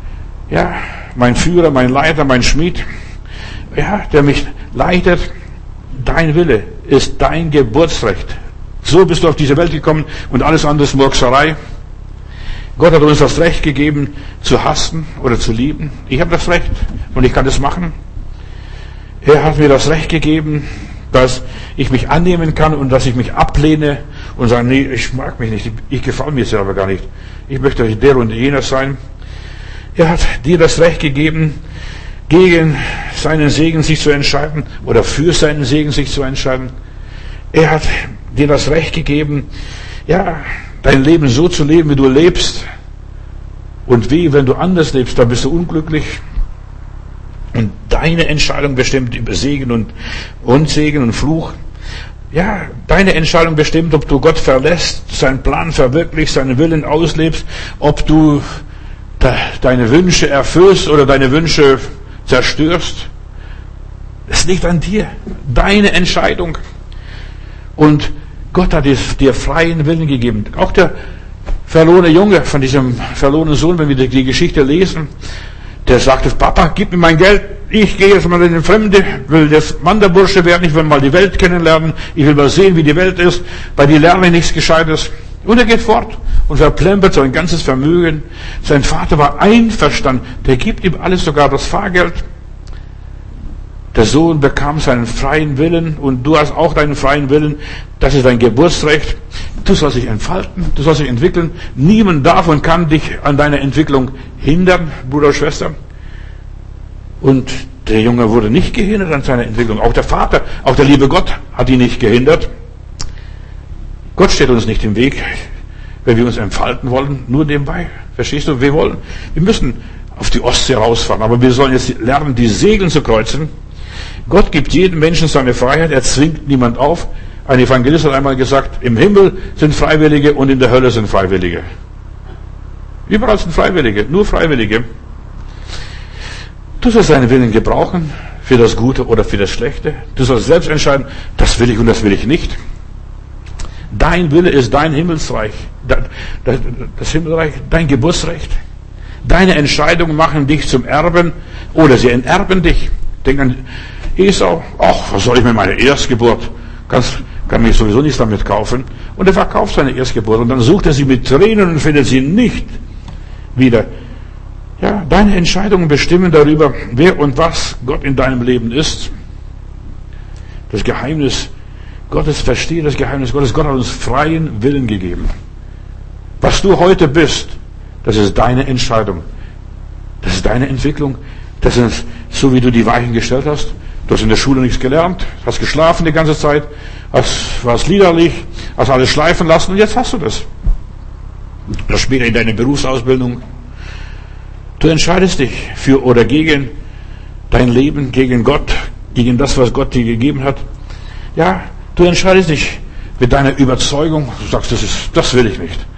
S1: Führer, mein Leiter, mein Schmied, ja, der mich leitet. Dein Wille ist dein Geburtsrecht. So bist du auf diese Welt gekommen und alles andere ist Murkserei. Gott hat uns das Recht gegeben, zu hassen oder zu lieben. Ich habe das Recht und ich kann das machen. Er hat mir das Recht gegeben, dass ich mich annehmen kann und dass ich mich ablehne und sage, nee, ich mag mich nicht, ich gefalle mir selber gar nicht. Ich möchte der und jener sein. Er hat dir das Recht gegeben, gegen seinen Segen sich zu entscheiden oder für seinen Segen sich zu entscheiden. Er hat dir das Recht gegeben, ja, dein Leben so zu leben, wie du lebst. Und wenn du anders lebst, dann bist du unglücklich. Und deine Entscheidung bestimmt über Segen und Unsegen und Fluch. Ja, deine Entscheidung bestimmt, ob du Gott verlässt, seinen Plan verwirklichst, seinen Willen auslebst, ob du deine Wünsche erfüllst oder deine Wünsche zerstörst. Es liegt an dir. Deine Entscheidung. Und Gott hat dir freien Willen gegeben. Auch der verlorene Junge von diesem verlorenen Sohn, wenn wir die Geschichte lesen, der sagte, Papa, gib mir mein Geld, ich gehe jetzt mal in den Fremde, will das Wanderbursche werden, ich will mal die Welt kennenlernen, ich will mal sehen, wie die Welt ist, bei dir lerne ich nichts Gescheites. Und er geht fort und verplempert sein ganzes Vermögen. Sein Vater war einverstanden, der gibt ihm alles, sogar das Fahrgeld. Der Sohn bekam seinen freien Willen und du hast auch deinen freien Willen. Das ist dein Geburtsrecht. Du sollst dich entfalten, du sollst dich entwickeln. Niemand darf und kann dich an deiner Entwicklung hindern, Bruder und Schwester. Und der Junge wurde nicht gehindert an seiner Entwicklung. Auch der Vater, auch der liebe Gott hat ihn nicht gehindert. Gott steht uns nicht im Weg, wenn wir uns entfalten wollen, nur nebenbei. Verstehst du? Wir müssen auf die Ostsee rausfahren, aber wir sollen jetzt lernen, die Segel zu kreuzen. Gott gibt jedem Menschen seine Freiheit, er zwingt niemand auf. Ein Evangelist hat einmal gesagt, im Himmel sind Freiwillige und in der Hölle sind Freiwillige. Überall sind Freiwillige, nur Freiwillige. Du sollst deinen Willen gebrauchen, für das Gute oder für das Schlechte. Du sollst selbst entscheiden, das will ich und das will ich nicht. Dein Wille ist dein Himmelsreich, das Himmelreich, dein Geburtsrecht. Deine Entscheidungen machen dich zum Erben oder sie enterben dich. Denk an Esau, ach, was soll ich mit meiner Erstgeburt? Kann mich sowieso nichts damit kaufen. Und er verkauft seine Erstgeburt und dann sucht er sie mit Tränen und findet sie nicht wieder. Ja, deine Entscheidungen bestimmen darüber, wer und was Gott in deinem Leben ist. Das Geheimnis Gottes, verstehe das Geheimnis Gottes. Gott hat uns freien Willen gegeben. Was du heute bist, das ist deine Entscheidung. Das ist deine Entwicklung. Das ist so, wie du die Weichen gestellt hast. Du hast in der Schule nichts gelernt, hast geschlafen die ganze Zeit, warst liederlich, hast alles schleifen lassen und jetzt hast du das. Das später in deiner Berufsausbildung. Du entscheidest dich für oder gegen dein Leben, gegen Gott, gegen das, was Gott dir gegeben hat. Ja, du entscheidest dich mit deiner Überzeugung. Du sagst, das will ich nicht.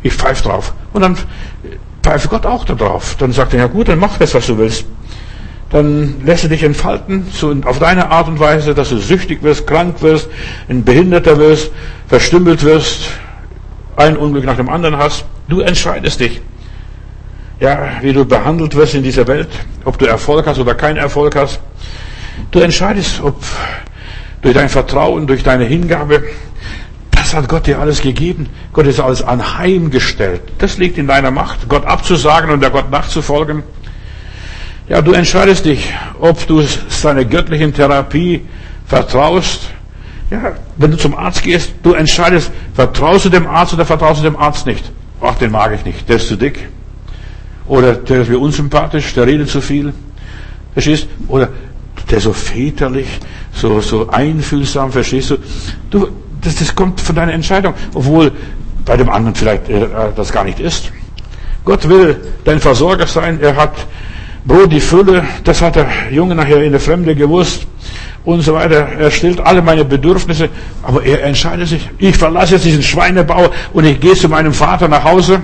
S1: Ich pfeife drauf. Und dann pfeife Gott auch da drauf. Dann sagt er, ja gut, dann mach das, was du willst. Dann lässt er dich entfalten, auf deine Art und Weise, dass du süchtig wirst, krank wirst, ein Behinderter wirst, verstümmelt wirst, ein Unglück nach dem anderen hast. Du entscheidest dich. Ja, wie du behandelt wirst in dieser Welt, ob du Erfolg hast oder keinen Erfolg hast. Du entscheidest, ob durch dein Vertrauen, durch deine Hingabe, das hat Gott dir alles gegeben. Gott ist alles anheimgestellt. Das liegt in deiner Macht, Gott abzusagen und der Gott nachzufolgen. Ja, du entscheidest dich, ob du seiner göttlichen Therapie vertraust. Ja, wenn du zum Arzt gehst, du entscheidest, vertraust du dem Arzt oder vertraust du dem Arzt nicht. Ach, den mag ich nicht, der ist zu dick. Oder der ist mir unsympathisch, der redet zu viel. Verstehst du? Oder der ist so väterlich, so einfühlsam, verstehst du? Das kommt von deiner Entscheidung. Obwohl bei dem anderen vielleicht das gar nicht ist. Gott will dein Versorger sein. Er hat Brot, die Fülle. Das hat der Junge nachher in der Fremde gewusst. Und so weiter. Er stillt alle meine Bedürfnisse. Aber er entscheidet sich. Ich verlasse jetzt diesen Schweinebau und ich gehe zu meinem Vater nach Hause.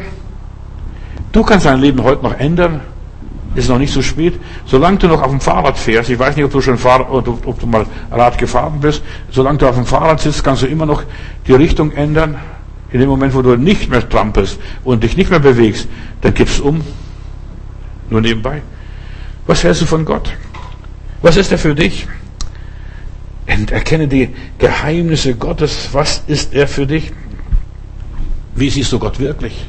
S1: Du kannst dein Leben heute noch ändern. Ist noch nicht so spät. Solange du noch auf dem Fahrrad fährst, ich weiß nicht, ob du mal Rad gefahren bist, solange du auf dem Fahrrad sitzt, kannst du immer noch die Richtung ändern. In dem Moment, wo du nicht mehr trampelst und dich nicht mehr bewegst, dann kippst du um. Nur nebenbei. Was hältst du von Gott? Was ist er für dich? Erkenne die Geheimnisse Gottes. Was ist er für dich? Wie siehst du Gott wirklich?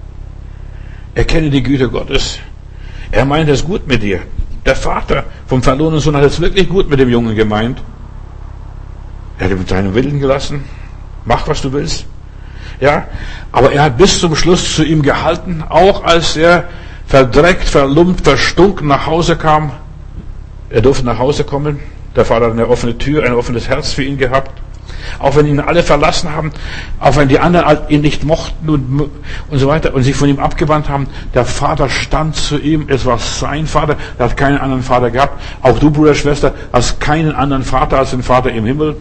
S1: Erkenne die Güte Gottes. Er meint es gut mit dir. Der Vater vom verlorenen Sohn hat es wirklich gut mit dem Jungen gemeint. Er hat ihm seinen Willen gelassen. Mach, was du willst. Ja, aber er hat bis zum Schluss zu ihm gehalten, auch als er verdreckt, verlumpt, verstunken nach Hause kam. Er durfte nach Hause kommen. Der Vater hat eine offene Tür, ein offenes Herz für ihn gehabt. Auch wenn ihn alle verlassen haben, auch wenn die anderen ihn nicht mochten und so weiter und sich von ihm abgewandt haben, der Vater stand zu ihm, es war sein Vater, er hat keinen anderen Vater gehabt. Auch du, Bruder, Schwester, hast keinen anderen Vater als den Vater im Himmel.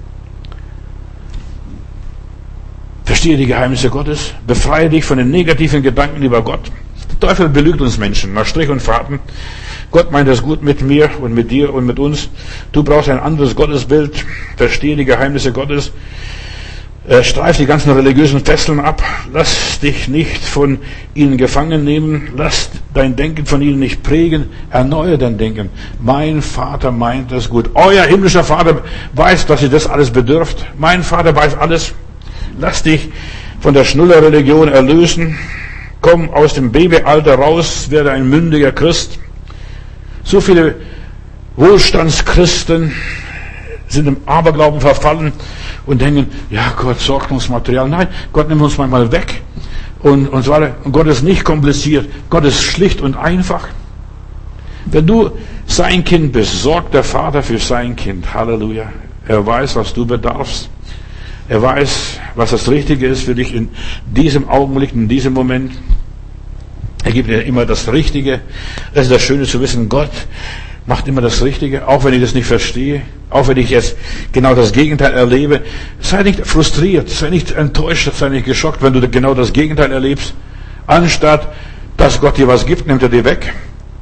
S1: Verstehe die Geheimnisse Gottes, befreie dich von den negativen Gedanken über Gott. Der Teufel belügt uns Menschen nach Strich und Faden. Gott meint es gut mit mir und mit dir und mit uns. Du brauchst ein anderes Gottesbild. Verstehe die Geheimnisse Gottes. Streif die ganzen religiösen Fesseln ab. Lass dich nicht von ihnen gefangen nehmen. Lass dein Denken von ihnen nicht prägen. Erneuere dein Denken. Mein Vater meint es gut. Euer himmlischer Vater weiß, dass ihr das alles bedürft. Mein Vater weiß alles. Lass dich von der Schnullerreligion erlösen. Komm aus dem Babyalter raus. Werde ein mündiger Christ. So viele Wohlstandschristen sind im Aberglauben verfallen und denken, ja, Gott sorgt uns Material. Nein, Gott nimmt uns manchmal weg. Und so weiter. Und Gott ist nicht kompliziert. Gott ist schlicht und einfach. Wenn du sein Kind bist, sorgt der Vater für sein Kind. Halleluja. Er weiß, was du bedarfst. Er weiß, was das Richtige ist für dich in diesem Augenblick, in diesem Moment. Er gibt dir immer das Richtige. Das ist das Schöne zu wissen, Gott macht immer das Richtige, auch wenn ich das nicht verstehe, auch wenn ich jetzt genau das Gegenteil erlebe. Sei nicht frustriert, sei nicht enttäuscht, sei nicht geschockt, wenn du genau das Gegenteil erlebst. Anstatt, dass Gott dir was gibt, nimmt er dir weg.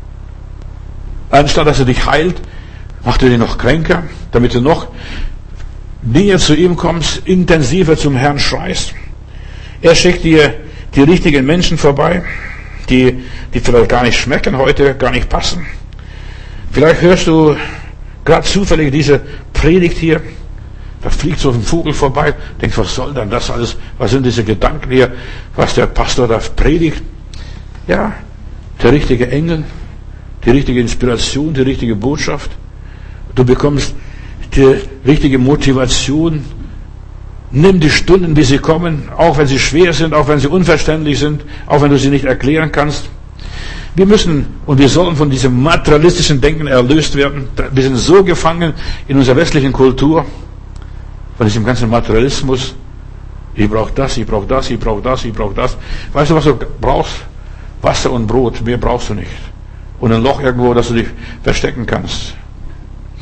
S1: Anstatt, dass er dich heilt, macht er dich noch kränker, damit du noch näher zu ihm kommst, intensiver zum Herrn schreist. Er schickt dir die richtigen Menschen vorbei, die vielleicht gar nicht schmecken heute, gar nicht passen. Vielleicht hörst du gerade zufällig diese Predigt hier, da fliegt so ein Vogel vorbei, denkst, was soll denn das alles, was sind diese Gedanken hier, was der Pastor da predigt? Ja, der richtige Engel, die richtige Inspiration, die richtige Botschaft. Du bekommst die richtige Motivation. Nimm die Stunden, wie sie kommen, auch wenn sie schwer sind, auch wenn sie unverständlich sind, auch wenn du sie nicht erklären kannst. Wir müssen und wir sollen von diesem materialistischen Denken erlöst werden. Wir sind so gefangen in unserer westlichen Kultur, von diesem ganzen Materialismus. Ich brauche das, ich brauche das, ich brauche das, ich brauche das. Weißt du, was du brauchst? Wasser und Brot, mehr brauchst du nicht. Und ein Loch irgendwo, dass du dich verstecken kannst.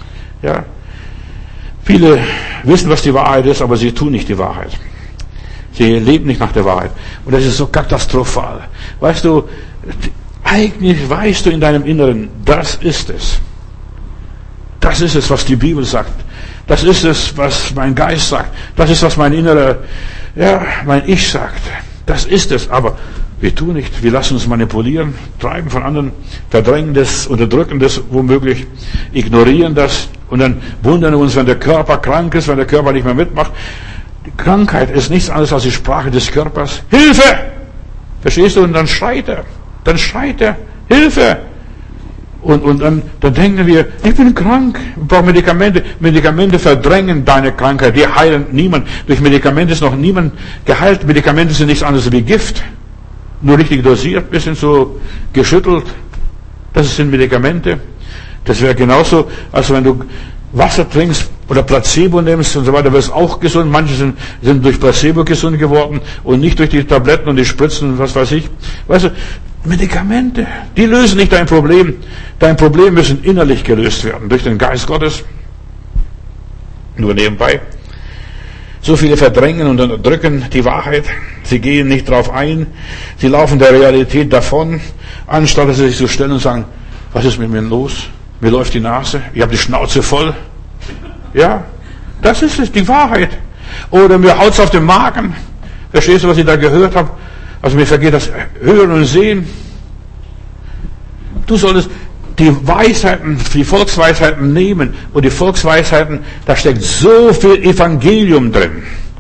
S1: Ja. Viele wissen, was die Wahrheit ist, aber sie tun nicht die Wahrheit. Sie leben nicht nach der Wahrheit. Und das ist so katastrophal. Weißt du, eigentlich weißt du in deinem Inneren, das ist es. Das ist es, was die Bibel sagt. Das ist es, was mein Geist sagt. Das ist, was mein innerer, mein Ich sagt. Das ist es. Aber wir tun nicht. Wir lassen uns manipulieren, treiben von anderen, verdrängen das, unterdrücken das womöglich, ignorieren das und dann wundern wir uns, wenn der Körper krank ist, wenn der Körper nicht mehr mitmacht. Die Krankheit ist nichts anderes als die Sprache des Körpers. Hilfe! Verstehst du? Und dann schreit er. Hilfe! Und dann denken wir, ich bin krank, ich brauche Medikamente. Medikamente verdrängen deine Krankheit, die heilen niemand. Durch Medikamente ist noch niemand geheilt. Medikamente sind nichts anderes wie Gift. Nur richtig dosiert, bisschen so geschüttelt. Das sind Medikamente. Das wäre genauso, als wenn du Wasser trinkst oder Placebo nimmst und so weiter, wirst auch gesund. Manche sind durch Placebo gesund geworden und nicht durch die Tabletten und die Spritzen und was weiß ich. Weißt du, Medikamente, die lösen nicht dein Problem. Dein Problem müssen innerlich gelöst werden durch den Geist Gottes. Nur nebenbei. So viele verdrängen und unterdrücken die Wahrheit. Sie gehen nicht drauf ein. Sie laufen der Realität davon, anstatt dass sie sich so stellen und sagen, was ist mit mir los? Mir läuft die Nase. Ich habe die Schnauze voll. Ja, das ist es, die Wahrheit. Oder mir haut's auf den Magen. Verstehst du, was ich da gehört habe? Also mir vergeht das Hören und Sehen. Du solltest die Weisheiten, die Volksweisheiten nehmen. Und die Volksweisheiten, da steckt so viel Evangelium drin.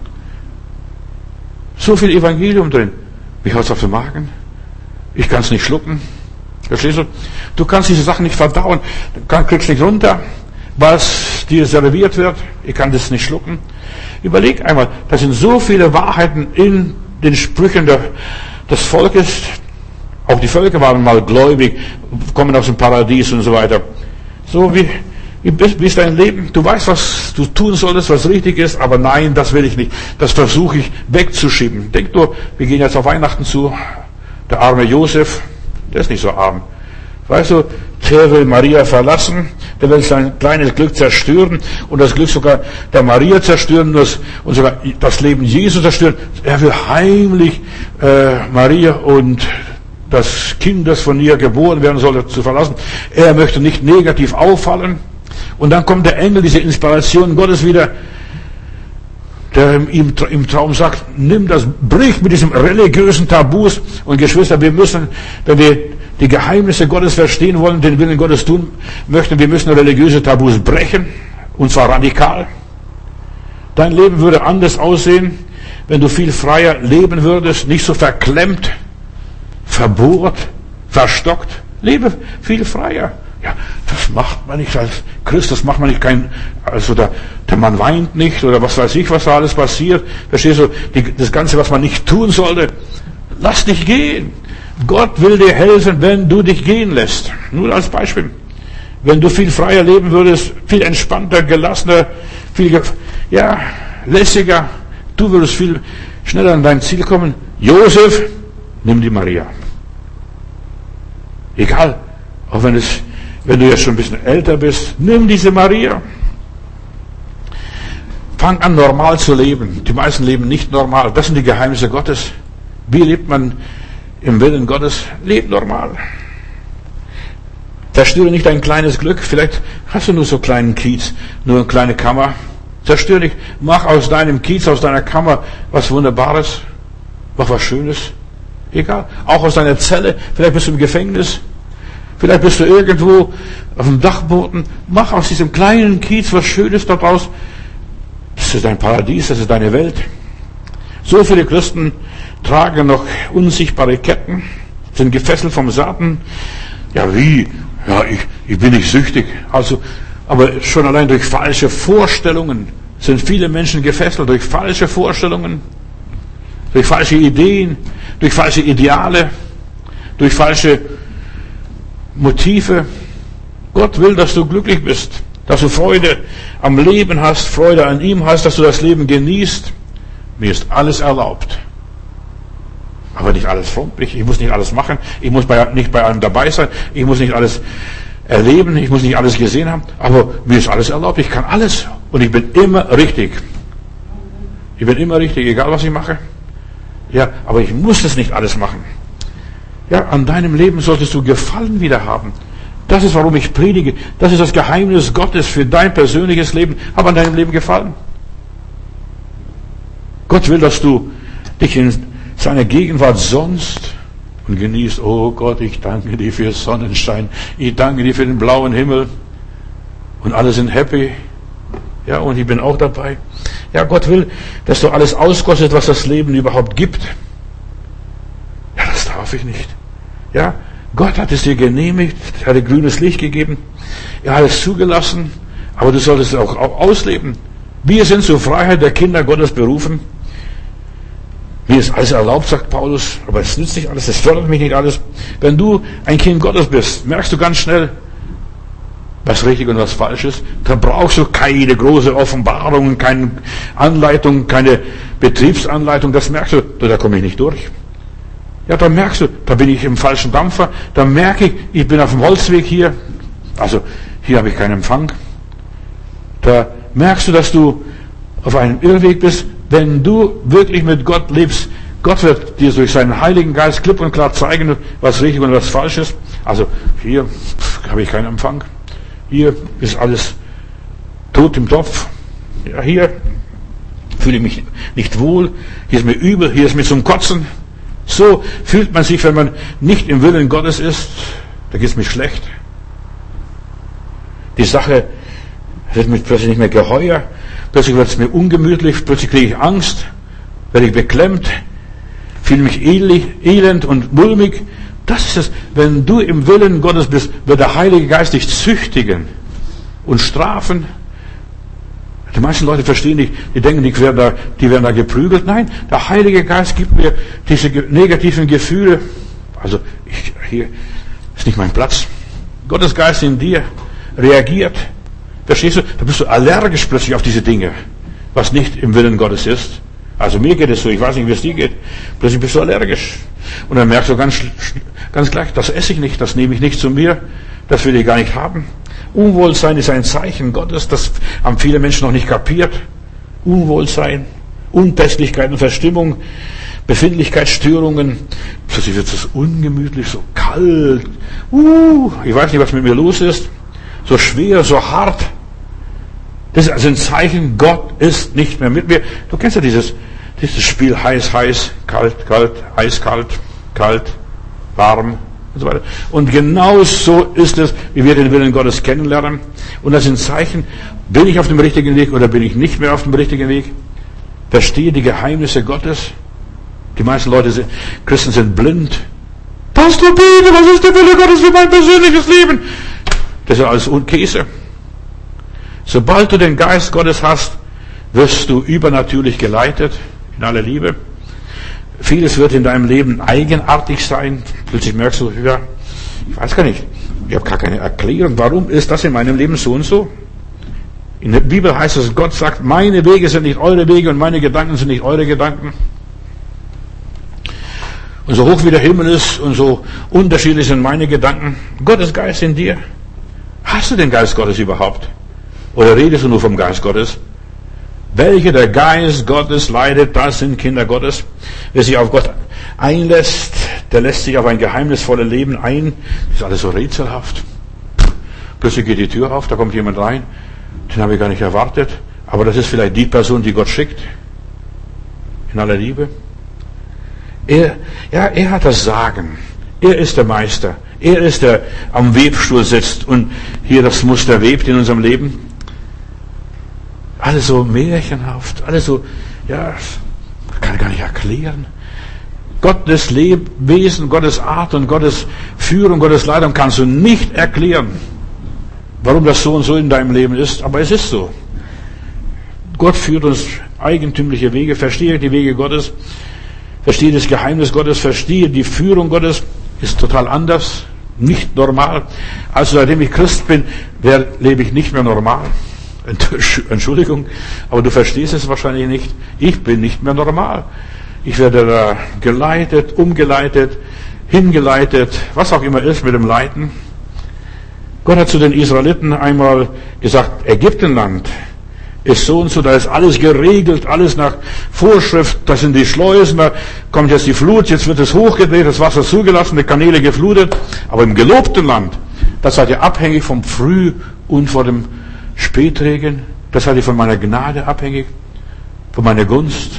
S1: So viel Evangelium drin. Mir haut's auf den Magen. Ich kann's nicht schlucken. Verstehst du? Du kannst diese Sachen nicht verdauen. Du kriegst nicht runter, was dir serviert wird. Ich kann das nicht schlucken. Überleg einmal, da sind so viele Wahrheiten in den Sprüchen des Volkes. Auch die Völker waren mal gläubig, kommen aus dem Paradies und so weiter. So wie ist dein Leben? Du weißt, was du tun solltest, was richtig ist, aber nein, das will ich nicht. Das versuche ich wegzuschieben. Denk nur, wir gehen jetzt auf Weihnachten zu. Der arme Josef, der ist nicht so arm. Weißt du, der will Maria verlassen, der will sein kleines Glück zerstören und das Glück sogar der Maria zerstören und sogar das Leben Jesu zerstören. Er will heimlich Maria und das Kind, das von ihr geboren werden soll, zu verlassen. Er möchte nicht negativ auffallen. Und dann kommt der Engel, diese Inspiration Gottes wieder, der ihm im Traum sagt, nimm das, brich mit diesem religiösen Tabus. Und Geschwister, wir müssen, wenn wir die Geheimnisse Gottes verstehen wollen, den Willen Gottes tun möchten, wir müssen religiöse Tabus brechen. Und zwar radikal. Dein Leben würde anders aussehen, wenn du viel freier leben würdest, nicht so verklemmt, verbohrt, verstockt. Lebe viel freier. Ja, das macht man nicht als Christ, das macht man nicht also der Mann weint nicht oder was weiß ich, was da alles passiert. Verstehst du, das Ganze, was man nicht tun sollte, lass dich gehen. Gott will dir helfen, wenn du dich gehen lässt. Nur als Beispiel. Wenn du viel freier leben würdest, viel entspannter, gelassener, viel, lässiger, du würdest viel schneller an dein Ziel kommen. Josef, nimm die Maria. Egal, auch wenn du jetzt schon ein bisschen älter bist, nimm diese Maria. Fang an, normal zu leben. Die meisten leben nicht normal. Das sind die Geheimnisse Gottes. Wie lebt man im Willen Gottes? Lebt normal. Zerstöre nicht dein kleines Glück. Vielleicht hast du nur so einen kleinen Kiez, nur eine kleine Kammer. Zerstöre nicht. Mach aus deinem Kiez, aus deiner Kammer was Wunderbares. Mach was Schönes. Egal. Auch aus deiner Zelle. Vielleicht bist du im Gefängnis. Vielleicht bist du irgendwo auf dem Dachboden. Mach aus diesem kleinen Kiez was Schönes daraus. Das ist dein Paradies, das ist deine Welt. So viele Christen tragen noch unsichtbare Ketten, sind gefesselt vom Satan. Ja, wie? Ja, ich bin nicht süchtig. Also, aber schon allein durch falsche Vorstellungen sind viele Menschen gefesselt, durch falsche Vorstellungen, durch falsche Ideen, durch falsche Ideale, durch falsche Motive. Gott will, dass du glücklich bist, dass du Freude am Leben hast, Freude an ihm hast, dass du das Leben genießt. Mir ist alles erlaubt. Aber nicht alles freundlich. Ich muss nicht alles machen. Ich muss nicht bei allem dabei sein. Ich muss nicht alles erleben. Ich muss nicht alles gesehen haben. Aber mir ist alles erlaubt. Ich kann alles. Und ich bin immer richtig. Ich bin immer richtig, egal was ich mache. Ja, aber ich muss das nicht alles machen. Ja, an deinem Leben solltest du Gefallen wieder haben. Das ist, warum ich predige. Das ist das Geheimnis Gottes für dein persönliches Leben. Hab an deinem Leben Gefallen. Gott will, dass du dich in seiner Gegenwart sonnst und genießt. Oh Gott, ich danke dir für Sonnenschein. Ich danke dir für den blauen Himmel. Und alle sind happy. Ja, und ich bin auch dabei. Ja, Gott will, dass du alles auskostet, was das Leben überhaupt gibt. Ja, das darf ich nicht. Ja, Gott hat es dir genehmigt, hat dir grünes Licht gegeben. Er hat es zugelassen, aber du solltest es auch ausleben. Wir sind zur Freiheit der Kinder Gottes berufen. Mir ist alles erlaubt, sagt Paulus, aber es nützt nicht alles, es fördert mich nicht alles. Wenn du ein Kind Gottes bist, merkst du ganz schnell, was richtig und was falsch ist. Da brauchst du keine große Offenbarung, keine Anleitung, keine Betriebsanleitung. Das merkst du, da komme ich nicht durch. Ja, da merkst du, da bin ich im falschen Dampfer. Da merke ich bin auf dem Holzweg hier. Also, hier habe ich keinen Empfang. Da merkst du, dass du auf einem Irrweg bist. Wenn du wirklich mit Gott lebst, Gott wird dir durch seinen Heiligen Geist klipp und klar zeigen, was richtig und was falsch ist. Also, hier habe ich keinen Empfang. Hier ist alles tot im Topf. Ja, hier fühle ich mich nicht wohl. Hier ist mir übel. Hier ist mir zum Kotzen. So fühlt man sich, wenn man nicht im Willen Gottes ist. Da geht es mir schlecht. Die Sache wird mir plötzlich nicht mehr geheuer. Plötzlich wird es mir ungemütlich. Plötzlich kriege ich Angst. Werde ich beklemmt. Fühle mich elend und mulmig. Das ist es. Wenn du im Willen Gottes bist, wird der Heilige Geist dich züchtigen und strafen. Die meisten Leute verstehen nicht, die denken, die werden da geprügelt. Nein, der Heilige Geist gibt mir diese negativen Gefühle. Also, hier ist nicht mein Platz. Gottes Geist in dir reagiert. Verstehst du? Da bist du allergisch plötzlich auf diese Dinge, was nicht im Willen Gottes ist. Also mir geht es so, ich weiß nicht, wie es dir geht. Plötzlich bist du allergisch. Und dann merkst du ganz gleich, das esse ich nicht, das nehme ich nicht zu mir, das will ich gar nicht haben. Unwohlsein ist ein Zeichen Gottes, das haben viele Menschen noch nicht kapiert. Unwohlsein, Unpässlichkeiten, Verstimmung, Befindlichkeitsstörungen. Plötzlich wird es ungemütlich, so kalt. Ich weiß nicht, was mit mir los ist. So schwer, so hart. Das ist also ein Zeichen, Gott ist nicht mehr mit mir. Du kennst ja dieses Spiel heiß, heiß, kalt, kalt, heiß, kalt, kalt, warm und so weiter. Und genau so ist es, wie wir den Willen Gottes kennenlernen. Und das sind Zeichen, bin ich auf dem richtigen Weg oder bin ich nicht mehr auf dem richtigen Weg? Verstehe die Geheimnisse Gottes. Die meisten Christen sind blind. Pastor Peter, was ist der Wille Gottes für mein persönliches Leben? Das ist alles Käse. Sobald du den Geist Gottes hast, wirst du übernatürlich geleitet, in aller Liebe. Vieles wird in deinem Leben eigenartig sein. Plötzlich merkst du, ja, ich weiß gar nicht, ich habe gar keine Erklärung, warum ist das in meinem Leben so und so? In der Bibel heißt es, Gott sagt, meine Wege sind nicht eure Wege und meine Gedanken sind nicht eure Gedanken. Und so hoch wie der Himmel ist und so unterschiedlich sind meine Gedanken. Gottes Geist in dir. Hast du den Geist Gottes überhaupt? Oder redest du nur vom Geist Gottes? Welche der Geist Gottes leidet, das sind Kinder Gottes. Wer sich auf Gott einlässt, der lässt sich auf ein geheimnisvolles Leben ein. Das ist alles so rätselhaft. Plötzlich geht die Tür auf, da kommt jemand rein. Den habe ich gar nicht erwartet. Aber das ist vielleicht die Person, die Gott schickt. In aller Liebe. Er hat das Sagen. Er ist der Meister. Er ist der am Webstuhl sitzt und hier das Muster webt in unserem Leben. Alles so märchenhaft, alles so, ja, kann ich gar nicht erklären. Gottes Wesen, Gottes Art und Gottes Führung, Gottes Leitung kannst du nicht erklären, warum das so und so in deinem Leben ist, aber es ist so. Gott führt uns eigentümliche Wege, verstehe die Wege Gottes, verstehe das Geheimnis Gottes, verstehe die Führung Gottes, ist total anders, nicht normal. Also seitdem ich Christ bin, lebe ich nicht mehr normal. Entschuldigung, aber du verstehst es wahrscheinlich nicht. Ich bin nicht mehr normal. Ich werde da geleitet, umgeleitet, hingeleitet, was auch immer ist mit dem Leiten. Gott hat zu den Israeliten einmal gesagt, Ägyptenland, ist so und so, da ist alles geregelt, alles nach Vorschrift, das sind die Schleusen, da kommt jetzt die Flut, jetzt wird es hochgedreht, das Wasser zugelassen, die Kanäle geflutet. Aber im gelobten Land, das seid ihr abhängig vom Früh- und vor dem Spätregen, das seid ihr von meiner Gnade abhängig, von meiner Gunst.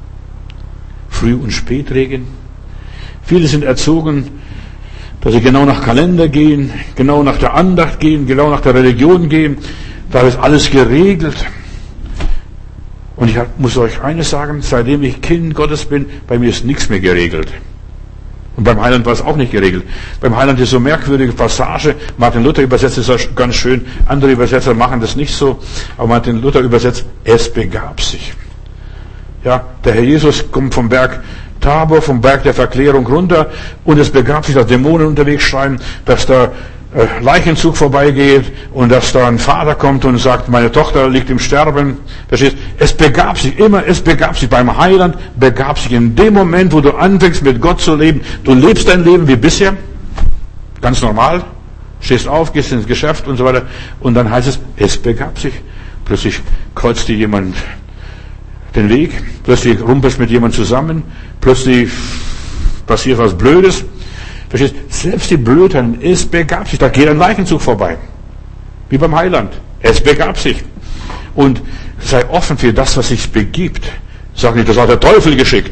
S1: Früh- und Spätregen. Viele sind erzogen, dass sie genau nach Kalender gehen, genau nach der Andacht gehen, genau nach der Religion gehen. Da ist alles geregelt. Und ich muss euch eines sagen, seitdem ich Kind Gottes bin, bei mir ist nichts mehr geregelt. Und beim Heiland war es auch nicht geregelt. Beim Heiland ist so merkwürdige Passage. Martin Luther übersetzt es ganz schön. Andere Übersetzer machen das nicht so. Aber Martin Luther übersetzt, es begab sich. Ja, der Herr Jesus kommt vom Berg Tabor, vom Berg der Verklärung runter. Und es begab sich, dass Dämonen unterwegs schreien, dass da Leichenzug vorbeigeht und dass da ein Vater kommt und sagt, meine Tochter liegt im Sterben. Verstehst? Es begab sich immer, es begab sich beim Heiland, begab sich in dem Moment, wo du anfängst mit Gott zu leben. Du lebst dein Leben wie bisher, ganz normal, stehst auf, gehst ins Geschäft und so weiter. Und dann heißt es begab sich. Plötzlich kreuzt dir jemand den Weg, plötzlich rumpelst mit jemand zusammen, plötzlich passiert was Blödes. Verstehst? Selbst die Blödheit, es begab sich. Da geht ein Leichenzug vorbei. Wie beim Heiland. Es begab sich. Und sei offen für das, was sich begibt. Sag nicht, das hat der Teufel geschickt.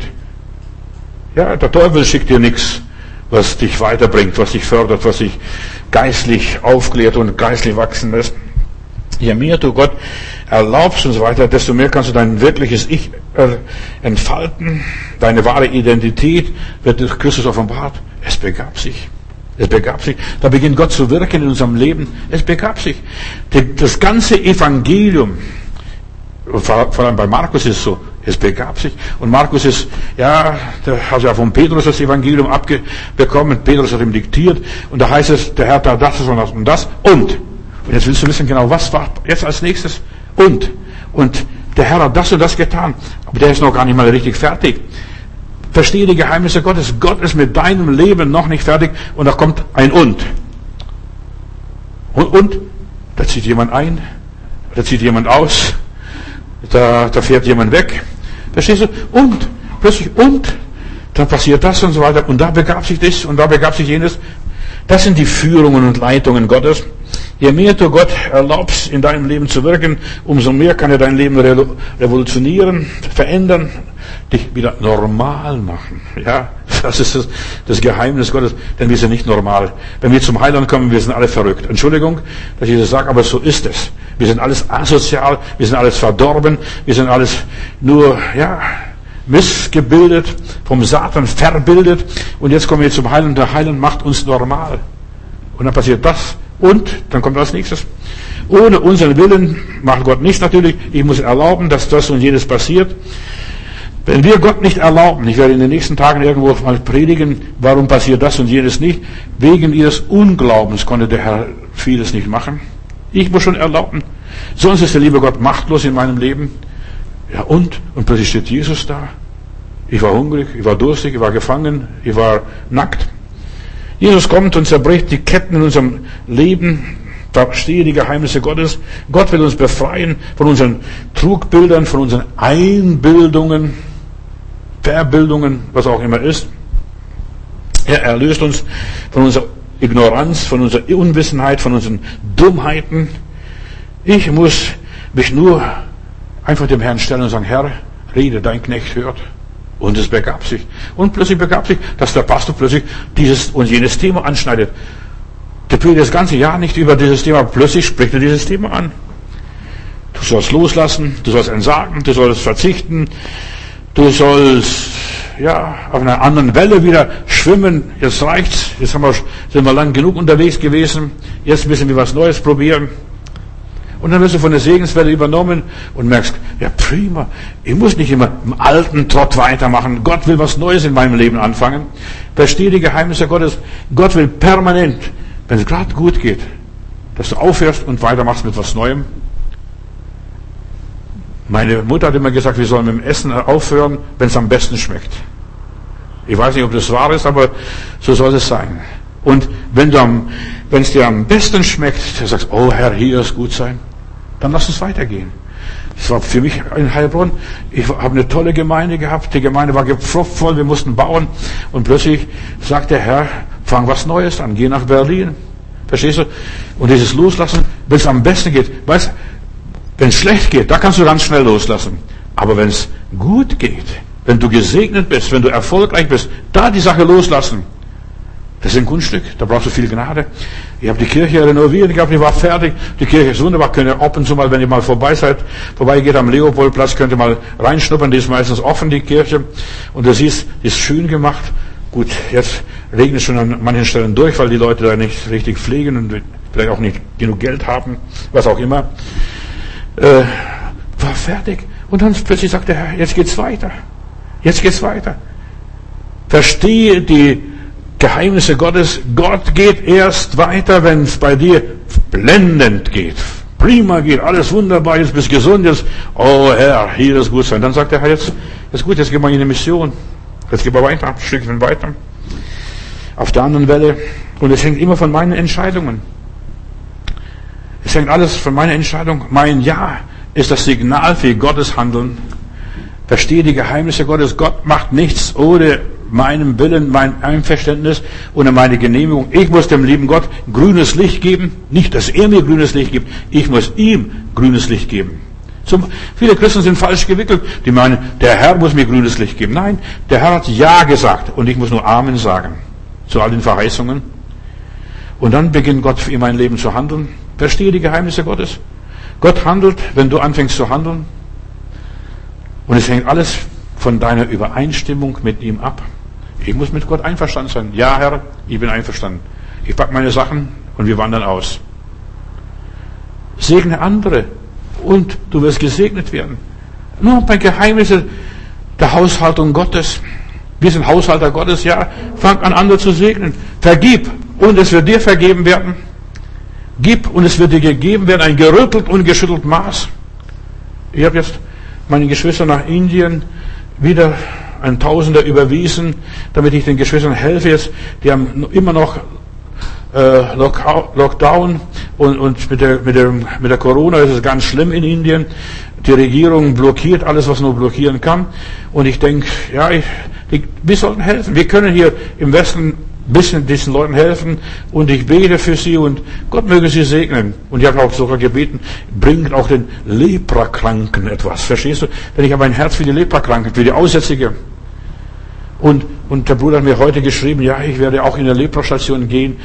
S1: Ja, der Teufel schickt dir nichts, was dich weiterbringt, was dich fördert, was dich geistlich aufklärt und geistlich wachsen lässt. Je mehr du Gott erlaubst und so weiter, desto mehr kannst du dein wirkliches Ich entfalten. Deine wahre Identität wird durch Christus offenbart. Es begab sich. Es begab sich. Da beginnt Gott zu wirken in unserem Leben. Es begab sich. Das ganze Evangelium, vor allem bei Markus ist es so, es begab sich. Und Markus ist, ja, der hat ja von Petrus das Evangelium abbekommen. Petrus hat ihm diktiert. Und da heißt es, der Herr tat das und das und das. Und jetzt willst du wissen genau, was war jetzt als nächstes? Und der Herr hat das und das getan. Aber der ist noch gar nicht mal richtig fertig. Verstehe die Geheimnisse Gottes. Gott ist mit deinem Leben noch nicht fertig. Und da kommt ein Und. Und da zieht jemand ein. Da zieht jemand aus. Da fährt jemand weg. Verstehst du? Und plötzlich dann passiert das und so weiter. Und da begab sich das und da begab sich jenes. Das sind die Führungen und Leitungen Gottes. Je mehr du Gott erlaubst, in deinem Leben zu wirken, umso mehr kann er dein Leben revolutionieren, verändern, dich wieder normal machen. Ja, das ist das Geheimnis Gottes, denn wir sind nicht normal. Wenn wir zum Heiland kommen, wir sind alle verrückt. Entschuldigung, dass ich das sage, aber so ist es. Wir sind alles asozial, wir sind alles verdorben, wir sind alles nur, ja, missgebildet, vom Satan verbildet. Und jetzt kommen wir zum Heiland, der Heiland macht uns normal. Und dann passiert das. Und dann kommt als nächstes. Ohne unseren Willen macht Gott nichts natürlich. Ich muss erlauben, dass das und jenes passiert. Wenn wir Gott nicht erlauben, ich werde in den nächsten Tagen irgendwo mal predigen, warum passiert das und jenes nicht. Wegen ihres Unglaubens konnte der Herr vieles nicht machen. Ich muss schon erlauben. Sonst ist der liebe Gott machtlos in meinem Leben. Ja und plötzlich steht Jesus da. Ich war hungrig, ich war durstig, ich war gefangen, ich war nackt. Jesus kommt und zerbricht die Ketten in unserem Leben. Verstehe die Geheimnisse Gottes. Gott will uns befreien von unseren Trugbildern, von unseren Einbildungen, Verbildungen, was auch immer ist. Er erlöst uns von unserer Ignoranz, von unserer Unwissenheit, von unseren Dummheiten. Ich muss mich nur einfach dem Herrn stellen und sagen, Herr, rede, dein Knecht hört. Und es begab sich. Und plötzlich begab sich, dass der Pastor plötzlich dieses und jenes Thema anschneidet. Der predigt das ganze Jahr nicht über dieses Thema, plötzlich spricht er dieses Thema an. Du sollst loslassen, du sollst entsagen, du sollst verzichten, du sollst, ja, auf einer anderen Welle wieder schwimmen. Jetzt reicht's, jetzt sind wir lang genug unterwegs gewesen, jetzt müssen wir was Neues probieren. Und dann wirst du von der Segenswelle übernommen und merkst, ja prima, ich muss nicht immer im alten Trott weitermachen. Gott will was Neues in meinem Leben anfangen. Verstehe die Geheimnisse Gottes. Gott will permanent, wenn es gerade gut geht, dass du aufhörst und weitermachst mit was Neuem. Meine Mutter hat immer gesagt, wir sollen mit dem Essen aufhören, wenn es am besten schmeckt. Ich weiß nicht, ob das wahr ist, aber so soll es sein. Und wenn es dir am besten schmeckt, du sagst, oh Herr, hier ist gut sein. Dann lass uns weitergehen. Das war für mich in Heilbronn. Ich habe eine tolle Gemeinde gehabt. Die Gemeinde war gepfropft, wir mussten bauen. Und plötzlich sagt der Herr, fang was Neues an, geh nach Berlin. Verstehst du? Und dieses Loslassen, wenn es am besten geht, weißt, wenn es schlecht geht, da kannst du ganz schnell loslassen. Aber wenn es gut geht, wenn du gesegnet bist, wenn du erfolgreich bist, da die Sache loslassen. Das ist ein Kunststück, da brauchst du viel Gnade. Ich habe die Kirche renoviert, ich glaube, die war fertig. Die Kirche ist wunderbar, könnt ihr ab und zu mal, wenn ihr mal vorbeigeht am Leopoldplatz, könnt ihr mal reinschnuppern, die ist meistens offen, die Kirche. Und du siehst, die ist schön gemacht. Gut, jetzt regnet es schon an manchen Stellen durch, weil die Leute da nicht richtig pflegen und vielleicht auch nicht genug Geld haben, was auch immer. War fertig. Und dann plötzlich sagt der Herr, jetzt geht's weiter. Jetzt geht's weiter. Verstehe die Geheimnisse Gottes. Gott geht erst weiter, wenn es bei dir blendend geht. Prima geht, alles wunderbar, jetzt bist du gesund, jetzt, oh Herr, hier ist gut sein. Dann sagt der Herr, jetzt ist gut, jetzt gehen wir in die Mission. Jetzt gehen wir weiter, ein Stückchen weiter. Auf der anderen Welle. Und es hängt immer von meinen Entscheidungen. Es hängt alles von meiner Entscheidung. Mein Ja ist das Signal für Gottes Handeln. Verstehe die Geheimnisse Gottes. Gott macht nichts ohne meinen Willen, mein Einverständnis, ohne meine Genehmigung. Ich muss dem lieben Gott grünes Licht geben. Nicht, dass er mir grünes Licht gibt. Ich muss ihm grünes Licht geben. Viele Christen sind falsch gewickelt. Die meinen, der Herr muss mir grünes Licht geben. Nein, der Herr hat Ja gesagt. Und ich muss nur Amen sagen. Zu all den Verheißungen. Und dann beginnt Gott in mein Leben zu handeln. Verstehe die Geheimnisse Gottes. Gott handelt, wenn du anfängst zu handeln. Und es hängt alles von deiner Übereinstimmung mit ihm ab. Ich muss mit Gott einverstanden sein. Ja, Herr, ich bin einverstanden. Ich packe meine Sachen und wir wandern aus. Segne andere und du wirst gesegnet werden. Nur bei Geheimnissen der Haushaltung Gottes. Wir sind Haushalter Gottes, ja. Fang an, andere zu segnen. Vergib und es wird dir vergeben werden. Gib und es wird dir gegeben werden, ein gerüttelt und geschüttelt Maß. Ich habe jetzt meine Geschwister nach Indien wieder ein Tausender überwiesen, damit ich den Geschwistern helfe jetzt. Die haben immer noch Lockdown und mit der Corona ist es ganz schlimm in Indien. Die Regierung blockiert alles, was nur blockieren kann. Und ich denke, ja, wir sollten helfen. Wir können hier im Westen ein bisschen diesen Leuten helfen und ich bete für sie und Gott möge sie segnen. Und ich habe auch sogar gebeten, bringt auch den Leprakranken etwas. Verstehst du? Denn ich habe ein Herz für die Leprakranken, für die Aussätzige. Und der Bruder hat mir heute geschrieben, ja, ich werde auch in der Leprastation gehen.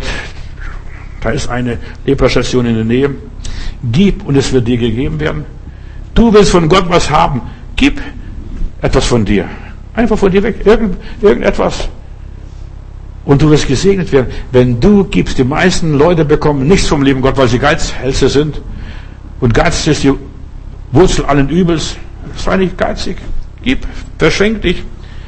S1: Da ist eine Leprastation in der Nähe. Gib und es wird dir gegeben werden. Du willst von Gott was haben. Gib etwas von dir. Einfach von dir weg. Irgendetwas. Und du wirst gesegnet werden. Wenn du gibst, die meisten Leute bekommen nichts vom lieben Gott, weil sie Geizhälse sind. Und Geiz ist die Wurzel allen Übels. Sei nicht geizig. Gib, verschenk dich.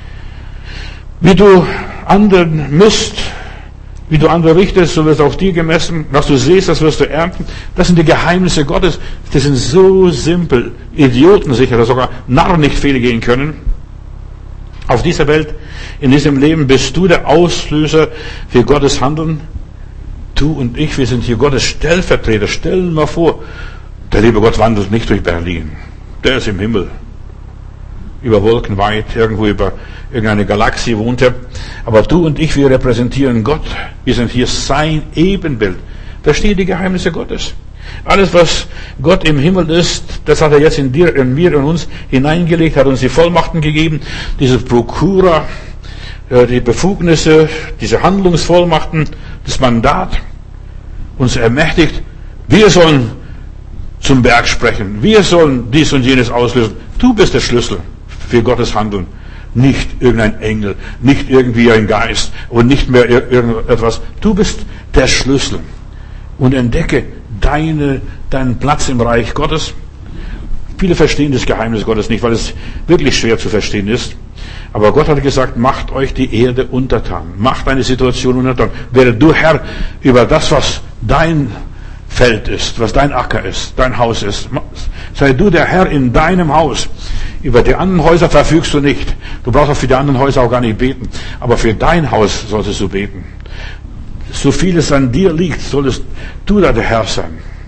S1: Wie du anderen misst, wie du andere richtest, so wird auch dir gemessen. Was du siehst, das wirst du ernten. Das sind die Geheimnisse Gottes. Die sind so simpel. Idioten sicher, dass sogar Narren nicht fehlgehen können. Auf dieser Welt, in diesem Leben bist du der Auslöser für Gottes Handeln. Du und ich, wir sind hier Gottes Stellvertreter. Stell dir mal vor, der liebe Gott wandelt nicht durch Berlin. Der ist im Himmel. Über Wolken weit, irgendwo über irgendeine Galaxie wohnt er. Aber du und ich, wir repräsentieren Gott. Wir sind hier sein Ebenbild. Verstehe die Geheimnisse Gottes. Alles, was Gott im Himmel ist, das hat er jetzt in dir, in mir und uns hineingelegt, hat uns die Vollmachten gegeben, diese Prokura, die Befugnisse, diese Handlungsvollmachten, das Mandat, uns ermächtigt. Wir sollen zum Berg sprechen. Wir sollen dies und jenes auslösen. Du bist der Schlüssel für Gottes Handeln. Nicht irgendein Engel, nicht irgendwie ein Geist und nicht mehr irgendetwas. Du bist der Schlüssel. Und entdecke deinen Platz im Reich Gottes. Viele verstehen das Geheimnis Gottes nicht, weil es wirklich schwer zu verstehen ist. Aber Gott hat gesagt, macht euch die Erde untertan. Macht eine Situation untertan. Werde du Herr über das, was dein Feld ist, was dein Acker ist, dein Haus ist. Sei du der Herr in deinem Haus. Über die anderen Häuser verfügst du nicht. Du brauchst auch für die anderen Häuser auch gar nicht beten. Aber für dein Haus solltest du beten. So viel es an dir liegt, solltest du da der Herr sein.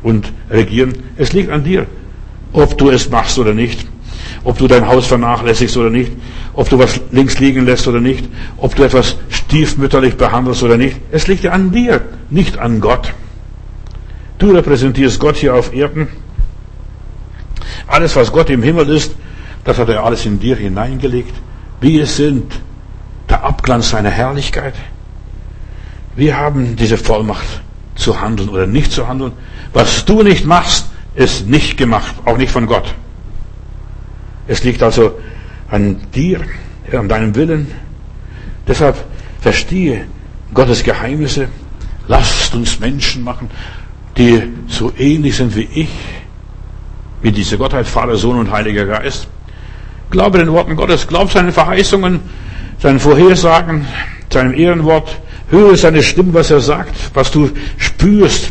S1: und regieren. Es liegt an dir, ob du es machst oder nicht, ob du dein Haus vernachlässigst oder nicht, ob du was links liegen lässt oder nicht, ob du etwas stiefmütterlich behandelst oder nicht. Es liegt ja an dir, nicht an Gott. Du repräsentierst Gott hier auf Erden. Alles, was Gott im Himmel ist, das hat er alles in dir hineingelegt. Wir sind der Abglanz seiner Herrlichkeit. Wir haben diese Vollmacht zu handeln oder nicht zu handeln. Was du nicht machst, ist nicht gemacht, auch nicht von Gott. Es liegt also an dir, an deinem Willen. Deshalb verstehe Gottes Geheimnisse. Lasst uns Menschen machen, die so ähnlich sind wie ich, wie diese Gottheit, Vater, Sohn und Heiliger Geist. Glaube den Worten Gottes, glaub seinen Verheißungen, seinen Vorhersagen, seinem Ehrenwort. Höre seine Stimme, was er sagt, was du spürst,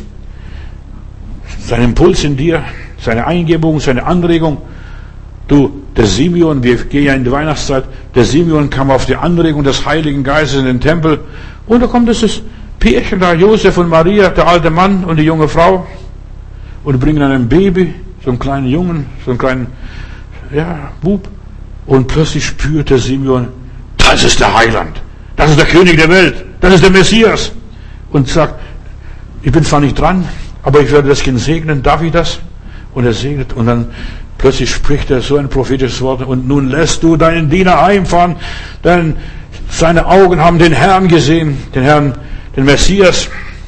S1: seinen Impuls in dir, seine Eingebung, seine Anregung. Du, der Simeon, wir gehen ja in die Weihnachtszeit, der Simeon kam auf die Anregung des Heiligen Geistes in den Tempel und da kommt dieses Pärchen da, Josef und Maria, der alte Mann und die junge Frau und bringen ein Baby, so einen kleinen Jungen, so einen kleinen, Bub und plötzlich spürt der Simeon, das ist der Heiland, das ist der König der Welt, das ist der Messias und sagt, ich bin zwar nicht dran, aber ich werde das Kind segnen, darf ich das? Und er segnet und dann plötzlich spricht er so ein prophetisches Wort und nun lässt du deinen Diener heimfahren, denn seine Augen haben den Herrn gesehen, den Messias.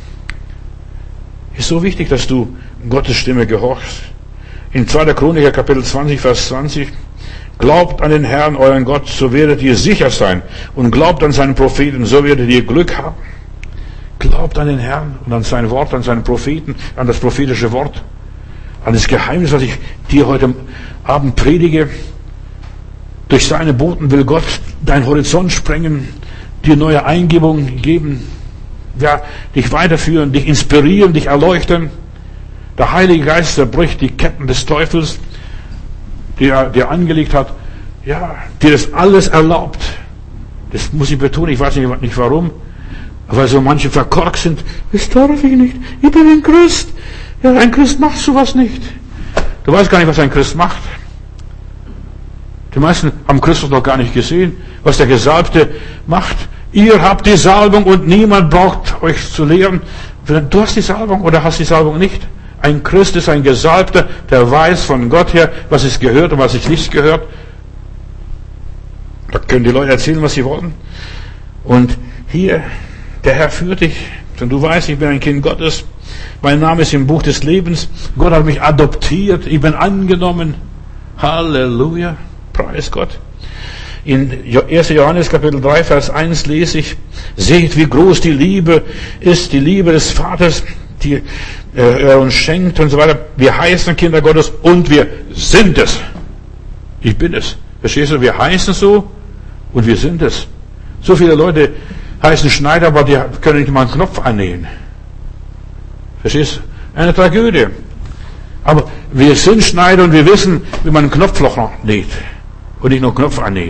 S1: Ist so wichtig, dass du Gottes Stimme gehorchst. In 2. Chroniker Kapitel 20, Vers 20, glaubt an den Herrn, euren Gott, so werdet ihr sicher sein und glaubt an seinen Propheten, so werdet ihr Glück haben. Glaubt an den Herrn und an sein Wort, an seinen Propheten, an das prophetische Wort, an das Geheimnis, was ich dir heute Abend predige. Durch seine Boten will Gott deinen Horizont sprengen, dir neue Eingebungen geben, dich weiterführen, dich inspirieren, dich erleuchten. Der Heilige Geist zerbricht die Ketten des Teufels, die er dir angelegt hat, dir das alles erlaubt. Das muss ich betonen, ich weiß nicht warum, weil so manche verkorkt sind. Das darf ich nicht, ich bin ein Christ. Ja, ein Christ macht sowas nicht. Du weißt gar nicht, was ein Christ macht. Die meisten haben Christus noch gar nicht gesehen, was der Gesalbte macht. Ihr habt die Salbung und niemand braucht euch zu lehren. Du hast die Salbung oder hast die Salbung nicht. Ein Christ ist ein Gesalbter, der weiß von Gott her, was es gehört und was es nicht gehört. Da können die Leute erzählen, was sie wollen. Und hier, der Herr führt dich. Und du weißt, ich bin ein Kind Gottes. Mein Name ist im Buch des Lebens. Gott hat mich adoptiert. Ich bin angenommen. Halleluja. Preis Gott. In 1. Johannes Kapitel 3, Vers 1 lese ich, seht, wie groß die Liebe ist, die Liebe des Vaters, die er uns schenkt und so weiter. Wir heißen Kinder Gottes und wir sind es. Ich bin es. Verstehst du? Wir heißen so und wir sind es. So viele Leute heißen Schneider, aber die können nicht mal einen Knopf annähen. Verstehst du? Eine Tragödie. Aber wir sind Schneider und wir wissen, wie man ein Knopfloch noch näht. Und nicht nur einen Knopf annäht.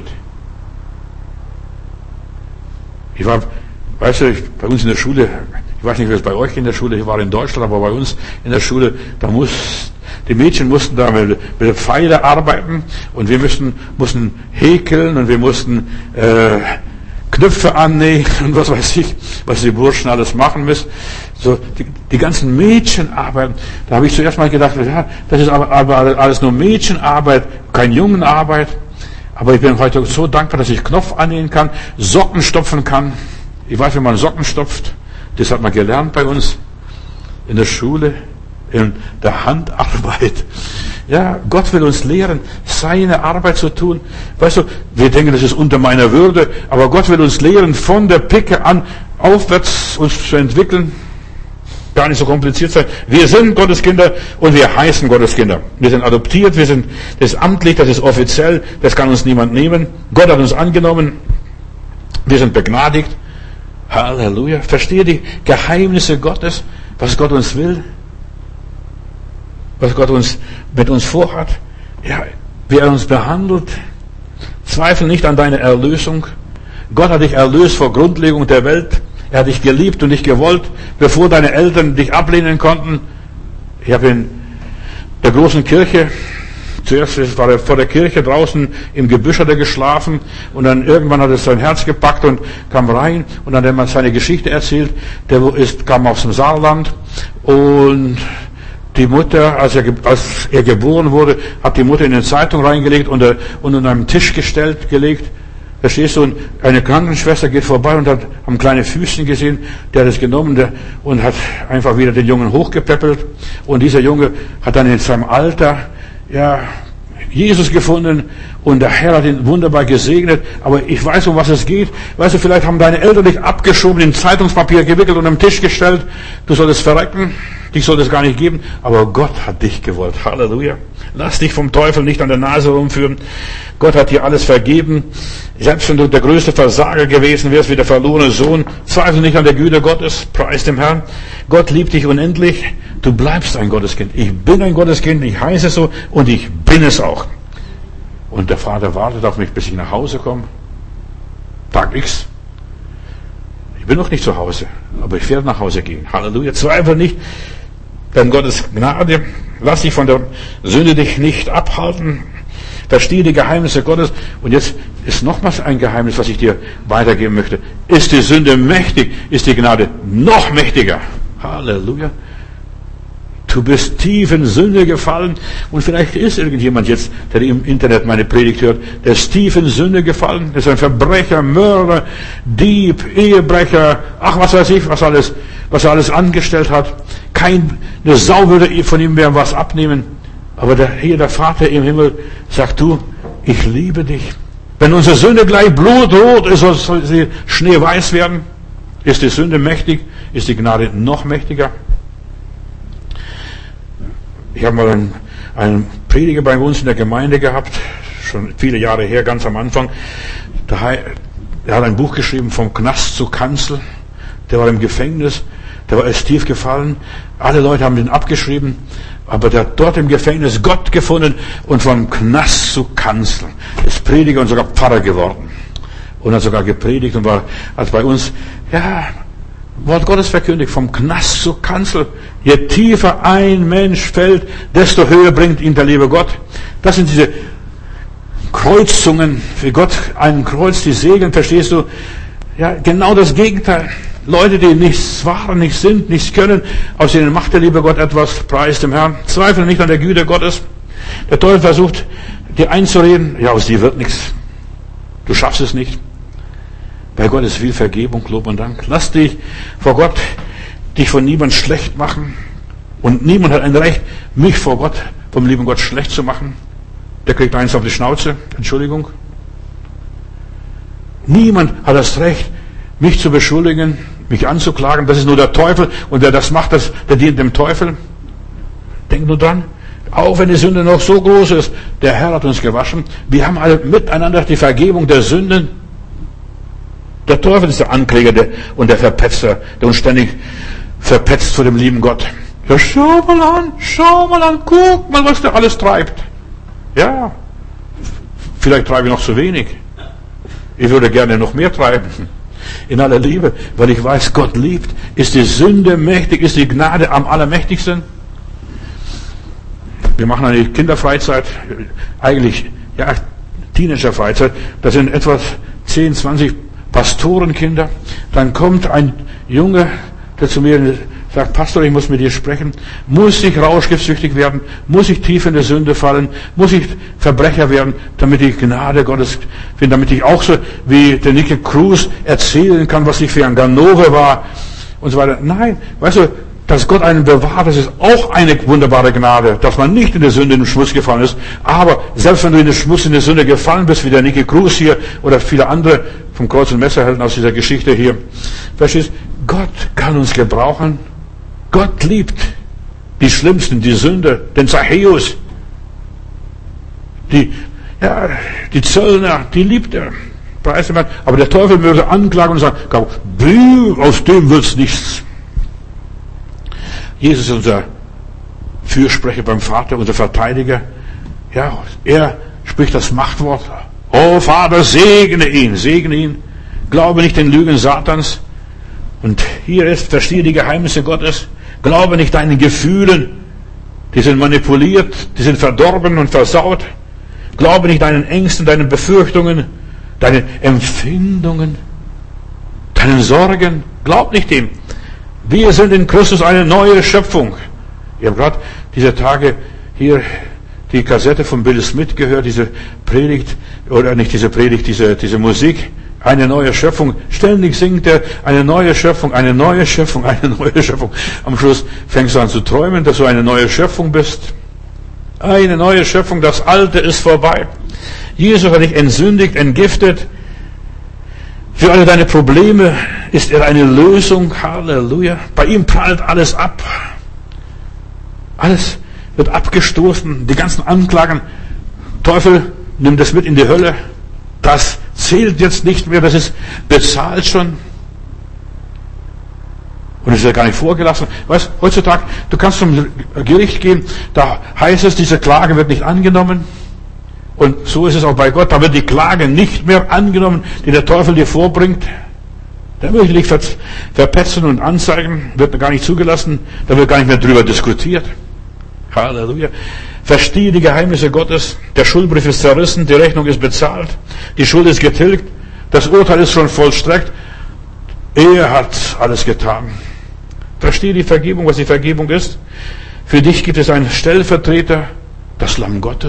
S1: Bei uns in der Schule, ich weiß nicht, wie es bei euch in der Schule, ich war in Deutschland, aber bei uns in der Schule, die Mädchen mussten da mit Pfeile arbeiten und wir mussten häkeln und wir mussten Knöpfe annähen und was weiß ich, was die Burschen alles machen müssen. So, die ganzen Mädchenarbeiten, da habe ich zuerst mal gedacht, das ist aber alles nur Mädchenarbeit, keine Jungenarbeit. Aber ich bin heute so dankbar, dass ich Knopf annähen kann, Socken stopfen kann. Ich weiß, wie man Socken stopft. Das hat man gelernt bei uns in der Schule, in der Handarbeit. Ja, Gott will uns lehren, seine Arbeit zu tun. Weißt du, wir denken, das ist unter meiner Würde, aber Gott will uns lehren, von der Picke an aufwärts uns zu entwickeln. Gar nicht so kompliziert sein. Wir sind Gottes Kinder und wir heißen Gottes Kinder. Wir sind adoptiert, das ist amtlich, das ist offiziell, das kann uns niemand nehmen. Gott hat uns angenommen. Wir sind begnadigt. Halleluja. Verstehe die Geheimnisse Gottes, was Gott uns will, was Gott mit uns vorhat. Ja, wie er uns behandelt. Zweifel nicht an deine Erlösung. Gott hat dich erlöst vor Grundlegung der Welt. Er hat dich geliebt und dich gewollt, bevor deine Eltern dich ablehnen konnten. Ich habe in der großen Kirche, zuerst war er vor der Kirche draußen im Gebüsch hat er geschlafen und dann irgendwann hat er sein Herz gepackt und kam rein und dann hat er seine Geschichte erzählt. Kam aus dem Saarland und die Mutter, als er geboren wurde, hat die Mutter in eine Zeitung reingelegt und unter einem Tisch gelegt. Verstehst du? Und eine Krankenschwester geht vorbei und hat am kleine Füßchen gesehen, der hat es genommen und hat einfach wieder den Jungen hochgepäppelt. Und dieser Junge hat dann in seinem Alter, Jesus gefunden und der Herr hat ihn wunderbar gesegnet. Aber ich weiß, um was es geht. Weißt du, vielleicht haben deine Eltern dich abgeschoben, in Zeitungspapier gewickelt und am Tisch gestellt. Du solltest verrecken. Dich soll es gar nicht geben. Aber Gott hat dich gewollt. Halleluja. Lass dich vom Teufel nicht an der Nase rumführen. Gott hat dir alles vergeben. Selbst wenn du der größte Versager gewesen wärst, wie der verlorene Sohn, zweifle nicht an der Güte Gottes. Preis dem Herrn. Gott liebt dich unendlich. Du bleibst ein Gotteskind. Ich bin ein Gotteskind. Ich heiße so und ich bin es auch. Und der Vater wartet auf mich, bis ich nach Hause komme. Tag X. Ich bin noch nicht zu Hause, aber ich werde nach Hause gehen. Halleluja. Zweifle nicht an Gottes Gnade. Lass dich von der Sünde dich nicht abhalten. Verstehe die Geheimnisse Gottes. Und jetzt ist nochmals ein Geheimnis, was ich dir weitergeben möchte. Ist die Sünde mächtig, ist die Gnade noch mächtiger. Halleluja. Du bist tief in Sünde gefallen. Und vielleicht ist irgendjemand jetzt, der im Internet meine Predigt hört, der ist tief in Sünde gefallen. Der ist ein Verbrecher, Mörder, Dieb, Ehebrecher, was weiß ich, was er alles angestellt hat. Keine Sau würde von ihm mehr was abnehmen. Aber der Vater im Himmel sagt, du, ich liebe dich. Wenn unsere Sünde gleich blutrot ist, soll sie schneeweiß werden. Ist die Sünde mächtig? Ist die Gnade noch mächtiger? Ich habe mal einen Prediger bei uns in der Gemeinde gehabt, schon viele Jahre her, ganz am Anfang. Er hat ein Buch geschrieben, vom Knast zur Kanzel. Der war im Gefängnis, der war erst tief gefallen. Alle Leute haben ihn abgeschrieben, aber der hat dort im Gefängnis Gott gefunden und vom Knast zur Kanzel. Ist Prediger und sogar Pfarrer geworden. Und hat sogar gepredigt und hat bei uns, Wort Gottes verkündigt, vom Knast zur Kanzel. Je tiefer ein Mensch fällt, desto höher bringt ihn der liebe Gott. Das sind diese Kreuzungen, für Gott einen Kreuz, die Segeln, verstehst du? Ja, genau das Gegenteil. Leute, die nichts waren, nichts sind, nichts können, aus denen macht der liebe Gott etwas, preis dem Herrn. Zweifle nicht an der Güte Gottes. Der Teufel versucht, dir einzureden, aus dir wird nichts. Du schaffst es nicht. Bei Gott ist viel Vergebung, Lob und Dank. Lass dich vor Gott, dich von niemand schlecht machen. Und niemand hat ein Recht, mich vor Gott, vom lieben Gott schlecht zu machen. Der kriegt eins auf die Schnauze, Entschuldigung. Niemand hat das Recht, mich zu beschuldigen, mich anzuklagen. Das ist nur der Teufel. Und wer das macht, der dient dem Teufel. Denk nur dran. Auch wenn die Sünde noch so groß ist, der Herr hat uns gewaschen. Wir haben alle miteinander die Vergebung der Sünden. Der Teufel ist der Ankläger und der Verpetzer, der uns ständig verpetzt vor dem lieben Gott. Ja, schau mal an, guck mal, was der alles treibt. Ja, vielleicht treibe ich noch zu wenig. Ich würde gerne noch mehr treiben. In aller Liebe, weil ich weiß, Gott liebt. Ist die Sünde mächtig? Ist die Gnade am allermächtigsten? Wir machen eine Kinderfreizeit, eigentlich, Teenagerfreizeit. Das sind etwa 10, 20 Pastorenkinder. Dann kommt ein Junge, der zu mir sagt, Pastor, ich muss mit dir sprechen. Muss ich rauschgiftsüchtig werden? Muss ich tief in der Sünde fallen? Muss ich Verbrecher werden, damit ich Gnade Gottes finde? Damit ich auch so wie der Nicky Cruz erzählen kann, was ich für ein Ganove war und so weiter. Nein, weißt du, dass Gott einen bewahrt, das ist auch eine wunderbare Gnade, dass man nicht in der Sünde in den Schmutz gefallen ist. Aber selbst wenn du in den Schmutz, in der Sünde gefallen bist, wie der Nicky Cruz hier oder viele andere vom Kreuz- und Messerhelden aus dieser Geschichte hier, verstehst, Gott kann uns gebrauchen. Gott liebt die Schlimmsten, die Sünde, den Zachäus, die Zöllner, die liebt er. Aber der Teufel würde anklagen und sagen, aus dem wird's nichts. Jesus ist unser Fürsprecher beim Vater, unser Verteidiger. Ja, er spricht das Machtwort. Oh Vater, segne ihn. Glaube nicht den Lügen Satans. Und hier ist, verstehe die Geheimnisse Gottes. Glaube nicht deinen Gefühlen. die sind manipuliert, die sind verdorben und versaut. Glaube nicht deinen Ängsten, deinen Befürchtungen, deinen Empfindungen, deinen Sorgen. Glaub nicht dem. Wir sind in Christus eine neue Schöpfung. Ich habe gerade diese Tage hier die Kassette von Bill Smith gehört, diese Predigt, oder nicht diese Predigt, diese Musik. Eine neue Schöpfung. Ständig singt er, eine neue Schöpfung, eine neue Schöpfung, eine neue Schöpfung. Am Schluss fängst du an zu träumen, dass du eine neue Schöpfung bist. Eine neue Schöpfung, das Alte ist vorbei. Jesus hat dich entsündigt, entgiftet. Für alle deine Probleme ist er eine Lösung. Halleluja. Bei ihm prallt alles ab. Alles wird abgestoßen. Die ganzen Anklagen. Teufel, nimm das mit in die Hölle. Das zählt jetzt nicht mehr. Das ist bezahlt schon. Und es ist ja gar nicht vorgelassen. Weißt, heutzutage, du kannst zum Gericht gehen, da heißt es, diese Klage wird nicht angenommen. Und so ist es auch bei Gott. Da wird die Klage nicht mehr angenommen, die der Teufel dir vorbringt. Da möchte dich verpetzen und anzeigen, wird gar nicht zugelassen. Da wird gar nicht mehr drüber diskutiert. Halleluja. Verstehe die Geheimnisse Gottes. Der Schuldbrief ist zerrissen, die Rechnung ist bezahlt, die Schuld ist getilgt, das Urteil ist schon vollstreckt. Er hat alles getan. Verstehe die Vergebung, was die Vergebung ist. Für dich gibt es einen Stellvertreter, das Lamm Gottes.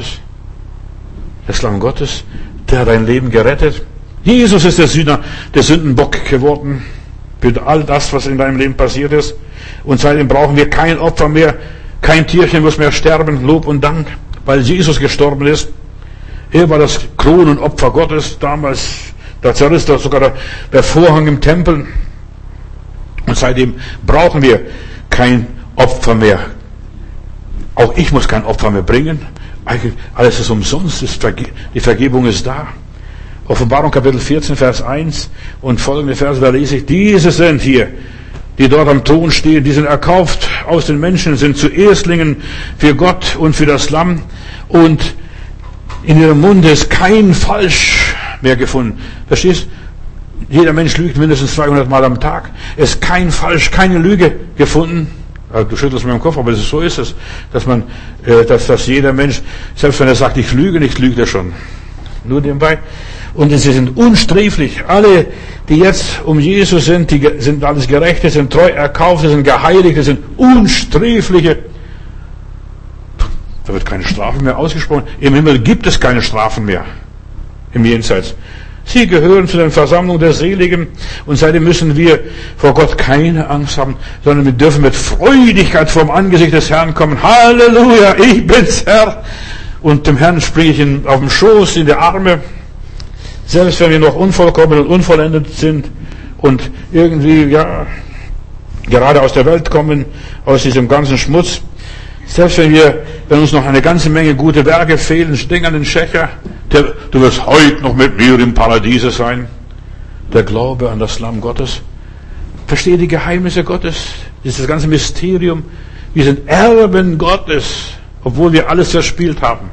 S1: Das Lamm Gottes, der hat dein Leben gerettet. Jesus ist der Sühner, der Sündenbock geworden für all das, was in deinem Leben passiert ist. Und seitdem brauchen wir kein Opfer mehr. Kein Tierchen muss mehr sterben, Lob und Dank, weil Jesus gestorben ist. Er war das Kronenopfer Gottes damals. Da zerriss da sogar der Vorhang im Tempel. Und seitdem brauchen wir kein Opfer mehr. Auch ich muss kein Opfer mehr bringen. Eigentlich alles ist umsonst. Die Vergebung ist da. Offenbarung Kapitel 14, Vers 1 und folgende Verse, da lese ich, diese sind hier, die dort am Thron stehen, die sind erkauft aus den Menschen, sind zu Erstlingen für Gott und für das Lamm, und in ihrem Munde ist kein Falsch mehr gefunden. Verstehst? Jeder Mensch lügt mindestens 200 Mal am Tag. Es ist kein Falsch, keine Lüge gefunden. Du schüttelst mir im Kopf, aber so ist es, dass jeder Mensch, selbst wenn er sagt, ich lüge nicht, lügt er schon. Nur nebenbei. Und sie sind unsträflich. Alle, die jetzt um Jesus sind, die sind alles Gerechte, sind treu erkaufte, sind Geheiligte, sind Unsträfliche. Da wird keine Strafe mehr ausgesprochen. Im Himmel gibt es keine Strafen mehr. Im Jenseits. Sie gehören zu den Versammlungen der Seligen, und seitdem müssen wir vor Gott keine Angst haben, sondern wir dürfen mit Freudigkeit vorm Angesicht des Herrn kommen. Halleluja, ich bin's, Herr. Und dem Herrn springe ich auf den Schoß, in die Arme. Selbst wenn wir noch unvollkommen und unvollendet sind und irgendwie, gerade aus der Welt kommen, aus diesem ganzen Schmutz. Selbst wenn uns noch eine ganze Menge gute Werke fehlen, denk an den Schächer, du wirst heute noch mit mir im Paradiese sein. Der Glaube an das Lamm Gottes. Verstehe die Geheimnisse Gottes. Dieses ganze Mysterium. Wir sind Erben Gottes, obwohl wir alles verspielt haben.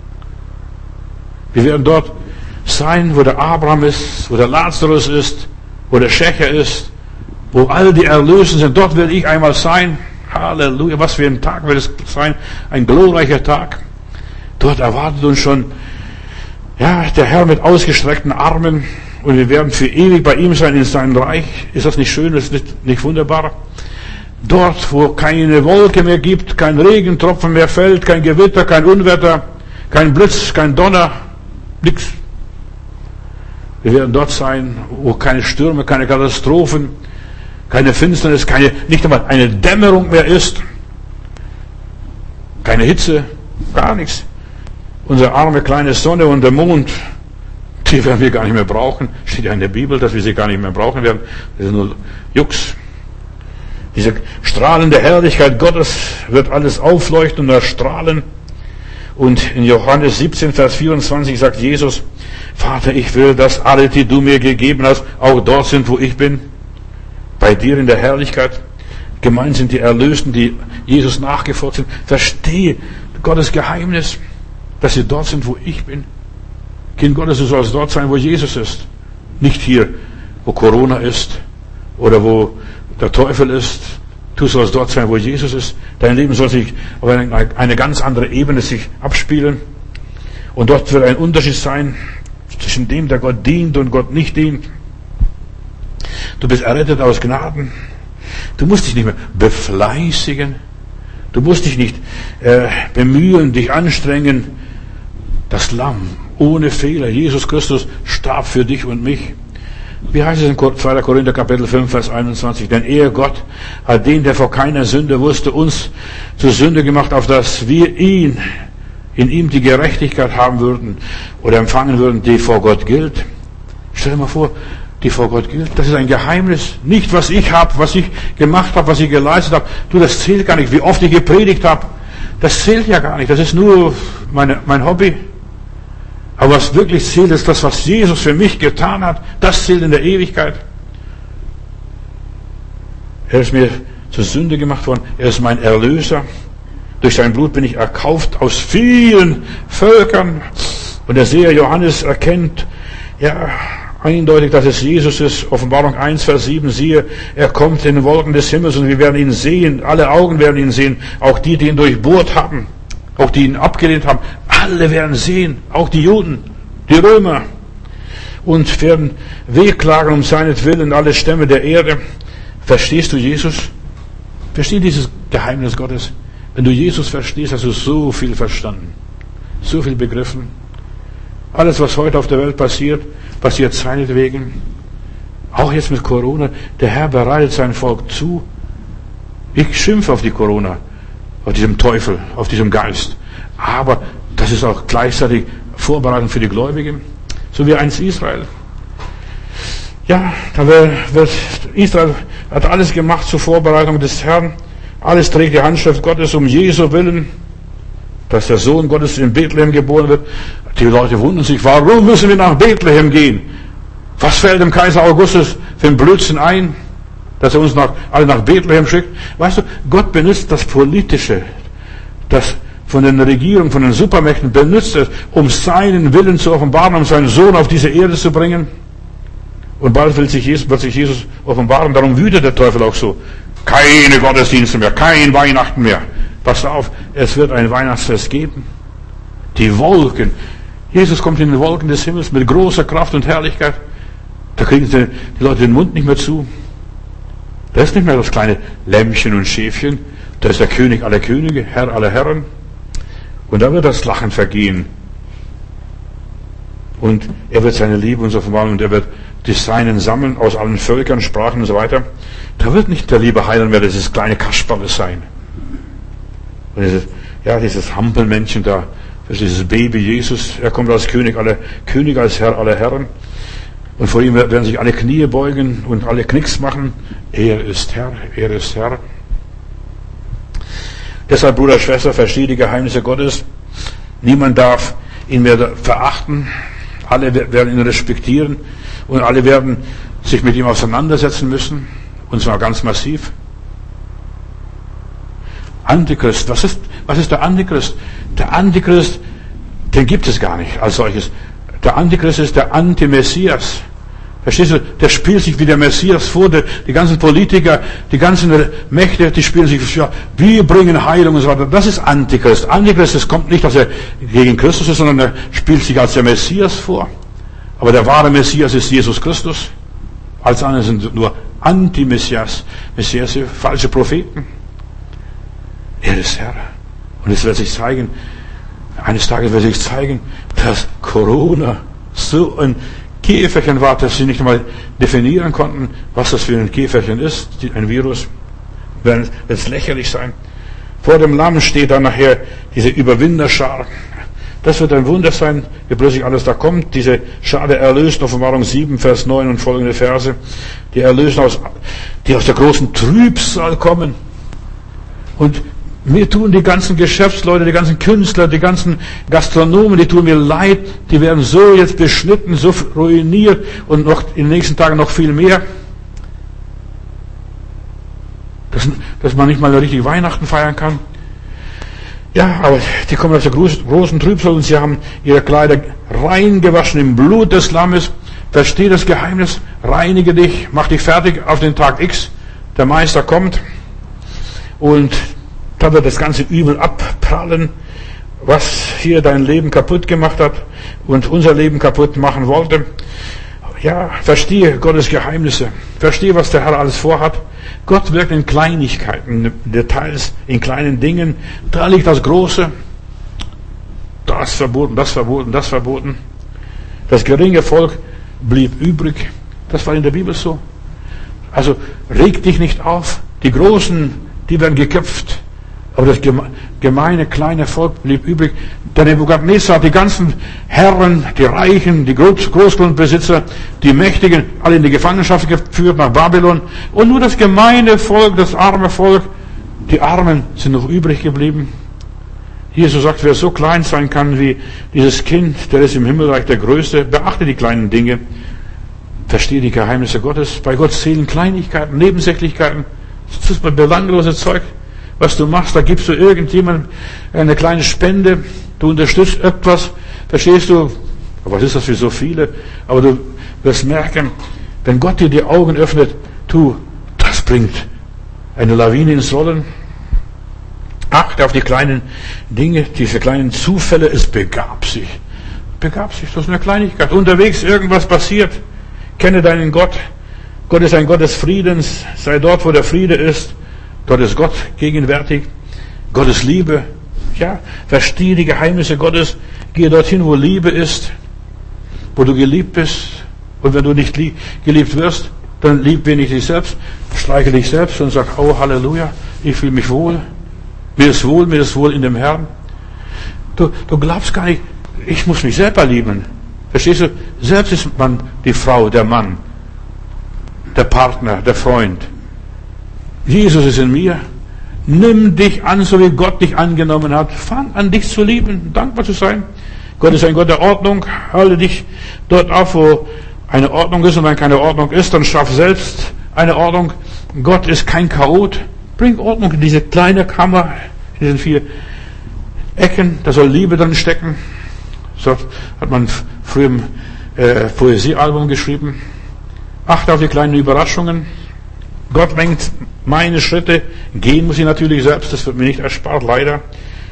S1: Wir werden dort sein, wo der Abraham ist, wo der Lazarus ist, wo der Schächer ist, wo all die Erlösen sind. Dort will ich einmal sein. Halleluja, was für ein Tag wird es sein. Ein glorreicher Tag. Dort erwartet uns schon, der Herr mit ausgestreckten Armen, und wir werden für ewig bei ihm sein in seinem Reich. Ist das nicht schön? Ist das nicht wunderbar? Dort, wo keine Wolke mehr gibt, kein Regentropfen mehr fällt, kein Gewitter, kein Unwetter, kein Blitz, kein Donner, nichts. Wir werden dort sein, wo keine Stürme, keine Katastrophen, keine Finsternis, nicht einmal eine Dämmerung mehr ist, keine Hitze, gar nichts. Unsere arme kleine Sonne und der Mond, die werden wir gar nicht mehr brauchen. Steht ja in der Bibel, dass wir sie gar nicht mehr brauchen werden. Das ist nur Jux. Diese strahlende Herrlichkeit Gottes wird alles aufleuchten und erstrahlen. Und in Johannes 17, Vers 24 sagt Jesus, Vater, ich will, dass alle, die du mir gegeben hast, auch dort sind, wo ich bin. Bei dir in der Herrlichkeit. Gemeint sind die Erlösten, die Jesus nachgefolgt sind. Verstehe Gottes Geheimnis, dass sie dort sind, wo ich bin. Kind Gottes, du sollst dort sein, wo Jesus ist. Nicht hier, wo Corona ist oder wo der Teufel ist. Du sollst dort sein, wo Jesus ist. Dein Leben soll sich auf eine ganz andere Ebene sich abspielen. Und dort wird ein Unterschied sein zwischen dem, der Gott dient und Gott nicht dient. Du bist errettet aus Gnaden. Du musst dich nicht mehr befleißigen. Du musst dich nicht bemühen, dich anstrengen. Das Lamm ohne Fehler, Jesus Christus, starb für dich und mich. Wie heißt es in 2. Korinther Kapitel 5, Vers 21? Denn er, Gott, hat den, der vor keiner Sünde wusste, uns zur Sünde gemacht, auf dass wir in ihm die Gerechtigkeit haben würden oder empfangen würden, die vor Gott gilt. Stell dir mal vor, die vor Gott gilt. Das ist ein Geheimnis. Nicht, was ich habe, was ich gemacht habe, was ich geleistet habe. Du, das zählt gar nicht. Wie oft ich gepredigt habe, das zählt ja gar nicht. Das ist nur mein Hobby. Aber was wirklich zählt, ist das, was Jesus für mich getan hat. Das zählt in der Ewigkeit. Er ist mir zur Sünde gemacht worden. Er ist mein Erlöser. Durch sein Blut bin ich erkauft aus vielen Völkern. Und der Seher Johannes erkennt, ja, eindeutig, dass es Jesus ist. Offenbarung 1, Vers 7, siehe, er kommt in den Wolken des Himmels und wir werden ihn sehen. Alle Augen werden ihn sehen. Auch die ihn durchbohrt haben. Auch die ihn abgelehnt haben. Alle werden sehen. Auch die Juden, die Römer. Und werden wehklagen um seinetwillen alle Stämme der Erde. Verstehst du Jesus? Versteh dieses Geheimnis Gottes. Wenn du Jesus verstehst, hast du so viel verstanden. So viel begriffen. Alles, was heute auf der Welt passiert, passiert seinetwegen. Auch jetzt mit Corona. Der Herr bereitet sein Volk zu. Ich schimpfe auf die Corona, auf diesem Teufel, auf diesem Geist. Aber das ist auch gleichzeitig Vorbereitung für die Gläubigen. So wie einst Israel. Ja, Israel hat alles gemacht zur Vorbereitung des Herrn. Alles trägt die Handschrift Gottes um Jesu Willen, dass der Sohn Gottes in Bethlehem geboren wird. Die Leute wundern sich, warum müssen wir nach Bethlehem gehen? Was fällt dem Kaiser Augustus für einen Blödsinn ein, dass er uns alle nach Bethlehem schickt? Weißt du, Gott benutzt das Politische, das von den Regierungen, von den Supermächten benutzt es, um seinen Willen zu offenbaren, um seinen Sohn auf diese Erde zu bringen. Und bald wird sich Jesus offenbaren. Darum wütet der Teufel auch so. Keine Gottesdienste mehr, kein Weihnachten mehr. Passt auf, es wird ein Weihnachtsfest geben. Die Wolken. Jesus kommt in den Wolken des Himmels mit großer Kraft und Herrlichkeit. Da kriegen die Leute den Mund nicht mehr zu. Da ist nicht mehr das kleine Lämmchen und Schäfchen. Da ist der König aller Könige, Herr aller Herren. Und da wird das Lachen vergehen. Und er wird seine Liebe uns offenbaren und er wird die Seinen sammeln aus allen Völkern, Sprachen und so weiter. Da wird nicht der liebe Heiland mehr dieses kleine Kasperle sein. Und dieses Hampelmännchen da, dieses Baby Jesus, er kommt als König aller Könige, als Herr aller Herren. Und vor ihm werden sich alle Knie beugen und alle Knicks machen. Er ist Herr, er ist Herr. Deshalb, Bruder, Schwester, verstehe die Geheimnisse Gottes. Niemand darf ihn mehr verachten. Alle werden ihn respektieren. Und alle werden sich mit ihm auseinandersetzen müssen. Und zwar ganz massiv. Antichrist. Was ist der Antichrist? Der Antichrist, den gibt es gar nicht als solches. Der Antichrist ist der Anti-Messias. Verstehst du? Der spielt sich wie der Messias vor. Die ganzen Politiker, die ganzen Mächte, die spielen sich, ja, wir bringen Heilung und so weiter. Das ist Antichrist. Antichrist, es kommt nicht, dass er gegen Christus ist, sondern er spielt sich als der Messias vor. Aber der wahre Messias ist Jesus Christus. Alles andere sind nur Anti-Messias, falsche Propheten. Er ist Herr. Und es wird sich zeigen, eines Tages wird sich zeigen, dass Corona so ein Käferchen war, dass sie nicht einmal definieren konnten, was das für ein Käferchen ist, ein Virus. Wird es lächerlich sein. Vor dem Lamm steht dann nachher diese Überwinderschar. Das wird ein Wunder sein, wie plötzlich alles da kommt. Diese Schar der Erlösten, Offenbarung 7, Vers 9 und folgende Verse. Die Erlösten, die aus der großen Trübsal kommen. Und mir tun die ganzen Geschäftsleute, die ganzen Künstler, die ganzen Gastronomen, die tun mir leid. Die werden so jetzt beschnitten, so ruiniert und noch in den nächsten Tagen noch viel mehr. Dass man nicht mal richtig Weihnachten feiern kann. Ja, aber die kommen aus der großen Trübsal und sie haben ihre Kleider rein gewaschen im Blut des Lammes. Versteh das Geheimnis, reinige dich, mach dich fertig auf den Tag X. Der Meister kommt. und da wird das ganze Übel abprallen, was hier dein Leben kaputt gemacht hat und unser Leben kaputt machen wollte. Ja, verstehe Gottes Geheimnisse. Verstehe, was der Herr alles vorhat. Gott wirkt in Kleinigkeiten, in Details, in kleinen Dingen. Da liegt das Große. Das verboten, das verboten, das verboten. Das geringe Volk blieb übrig. Das war in der Bibel so. Also reg dich nicht auf. Die Großen, die werden geköpft. Aber das gemeine, kleine Volk blieb übrig. Der Nebukadnezar hat die ganzen Herren, die Reichen, die Großgrundbesitzer, die Mächtigen, alle in die Gefangenschaft geführt nach Babylon. Und nur das gemeine Volk, das arme Volk, die Armen sind noch übrig geblieben. Jesus sagt, wer so klein sein kann wie dieses Kind, der ist im Himmelreich der Größte. Beachte die kleinen Dinge. Verstehe die Geheimnisse Gottes. Bei Gott zählen Kleinigkeiten, Nebensächlichkeiten. Das ist belangloses Zeug. Was du machst, da gibst du irgendjemandem eine kleine Spende, du unterstützt etwas, verstehst du? Aber was ist das für so viele? Aber du wirst merken, wenn Gott dir die Augen öffnet, das bringt eine Lawine ins Rollen. Achte auf die kleinen Dinge, diese kleinen Zufälle, es begab sich. Begab sich, das ist eine Kleinigkeit. Unterwegs irgendwas passiert. Kenne deinen Gott. Gott ist ein Gott des Friedens. Sei dort, wo der Friede ist. Dort ist Gott gegenwärtig. Gottes Liebe. Ja, verstehe die Geheimnisse Gottes. Gehe dorthin, wo Liebe ist. Wo du geliebt bist. Und wenn du nicht geliebt wirst, dann lieb wenig dich selbst. Streiche dich selbst und sag, oh Halleluja, ich fühle mich wohl. Mir ist wohl in dem Herrn. Du glaubst gar nicht, ich muss mich selber lieben. Verstehst du? Selbst ist man die Frau, der Mann, der Partner, der Freund. Jesus ist in mir. Nimm dich an, so wie Gott dich angenommen hat. Fang an, dich zu lieben, dankbar zu sein. Gott ist ein Gott der Ordnung. Halte dich dort auf, wo eine Ordnung ist. Und wenn keine Ordnung ist, dann schaff selbst eine Ordnung. Gott ist kein Chaot. Bring Ordnung in diese kleine Kammer, in diesen 4 Ecken. Da soll Liebe drin stecken. So hat man früher im Poesiealbum geschrieben. Achte auf die kleinen Überraschungen. Gott lenkt meine Schritte. Gehen muss ich natürlich selbst, das wird mir nicht erspart, leider.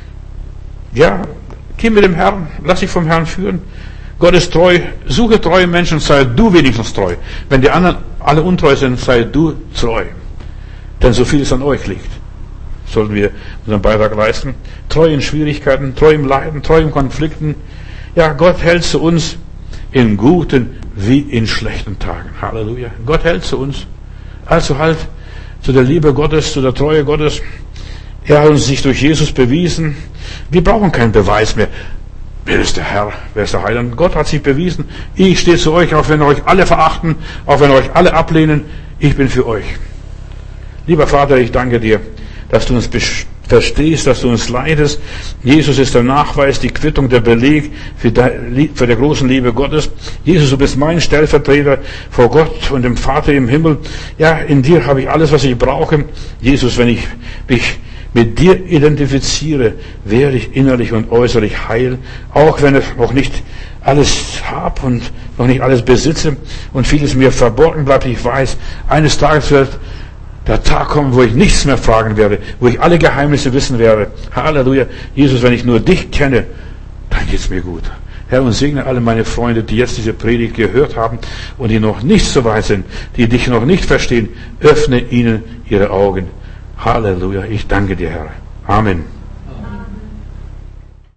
S1: Ja, geh mit dem Herrn, lass dich vom Herrn führen. Gott ist treu, suche treue Menschen, sei du wenigstens treu. Wenn die anderen alle untreu sind, sei du treu. Denn so viel es an euch liegt, sollten wir unseren Beitrag leisten. Treu in Schwierigkeiten, treu im Leiden, treu in Konflikten. Ja, Gott hält zu uns in guten wie in schlechten Tagen. Halleluja. Gott hält zu uns. Also halt zu der Liebe Gottes, zu der Treue Gottes. Er hat uns sich durch Jesus bewiesen. Wir brauchen keinen Beweis mehr. Wer ist der Herr? Wer ist der Heiland? Gott hat sich bewiesen. Ich stehe zu euch, auch wenn euch alle verachten, auch wenn euch alle ablehnen. Ich bin für euch. Lieber Vater, ich danke dir, dass du uns verstehst, dass du uns leidest. Jesus ist der Nachweis, die Quittung, der Beleg für die großen Liebe Gottes. Jesus, du bist mein Stellvertreter vor Gott und dem Vater im Himmel. Ja, in dir habe ich alles, was ich brauche. Jesus, wenn ich mich mit dir identifiziere, werde ich innerlich und äußerlich heil, auch wenn ich noch nicht alles habe und noch nicht alles besitze und vieles mir verborgen bleibt. Ich weiß, eines Tages wird der Tag kommen, wo ich nichts mehr fragen werde, wo ich alle Geheimnisse wissen werde. Halleluja. Jesus, wenn ich nur dich kenne, dann geht's mir gut. Herr, und segne alle meine Freunde, die jetzt diese Predigt gehört haben und die noch nicht so weit sind, die dich noch nicht verstehen. Öffne ihnen ihre Augen. Halleluja. Ich danke dir, Herr. Amen.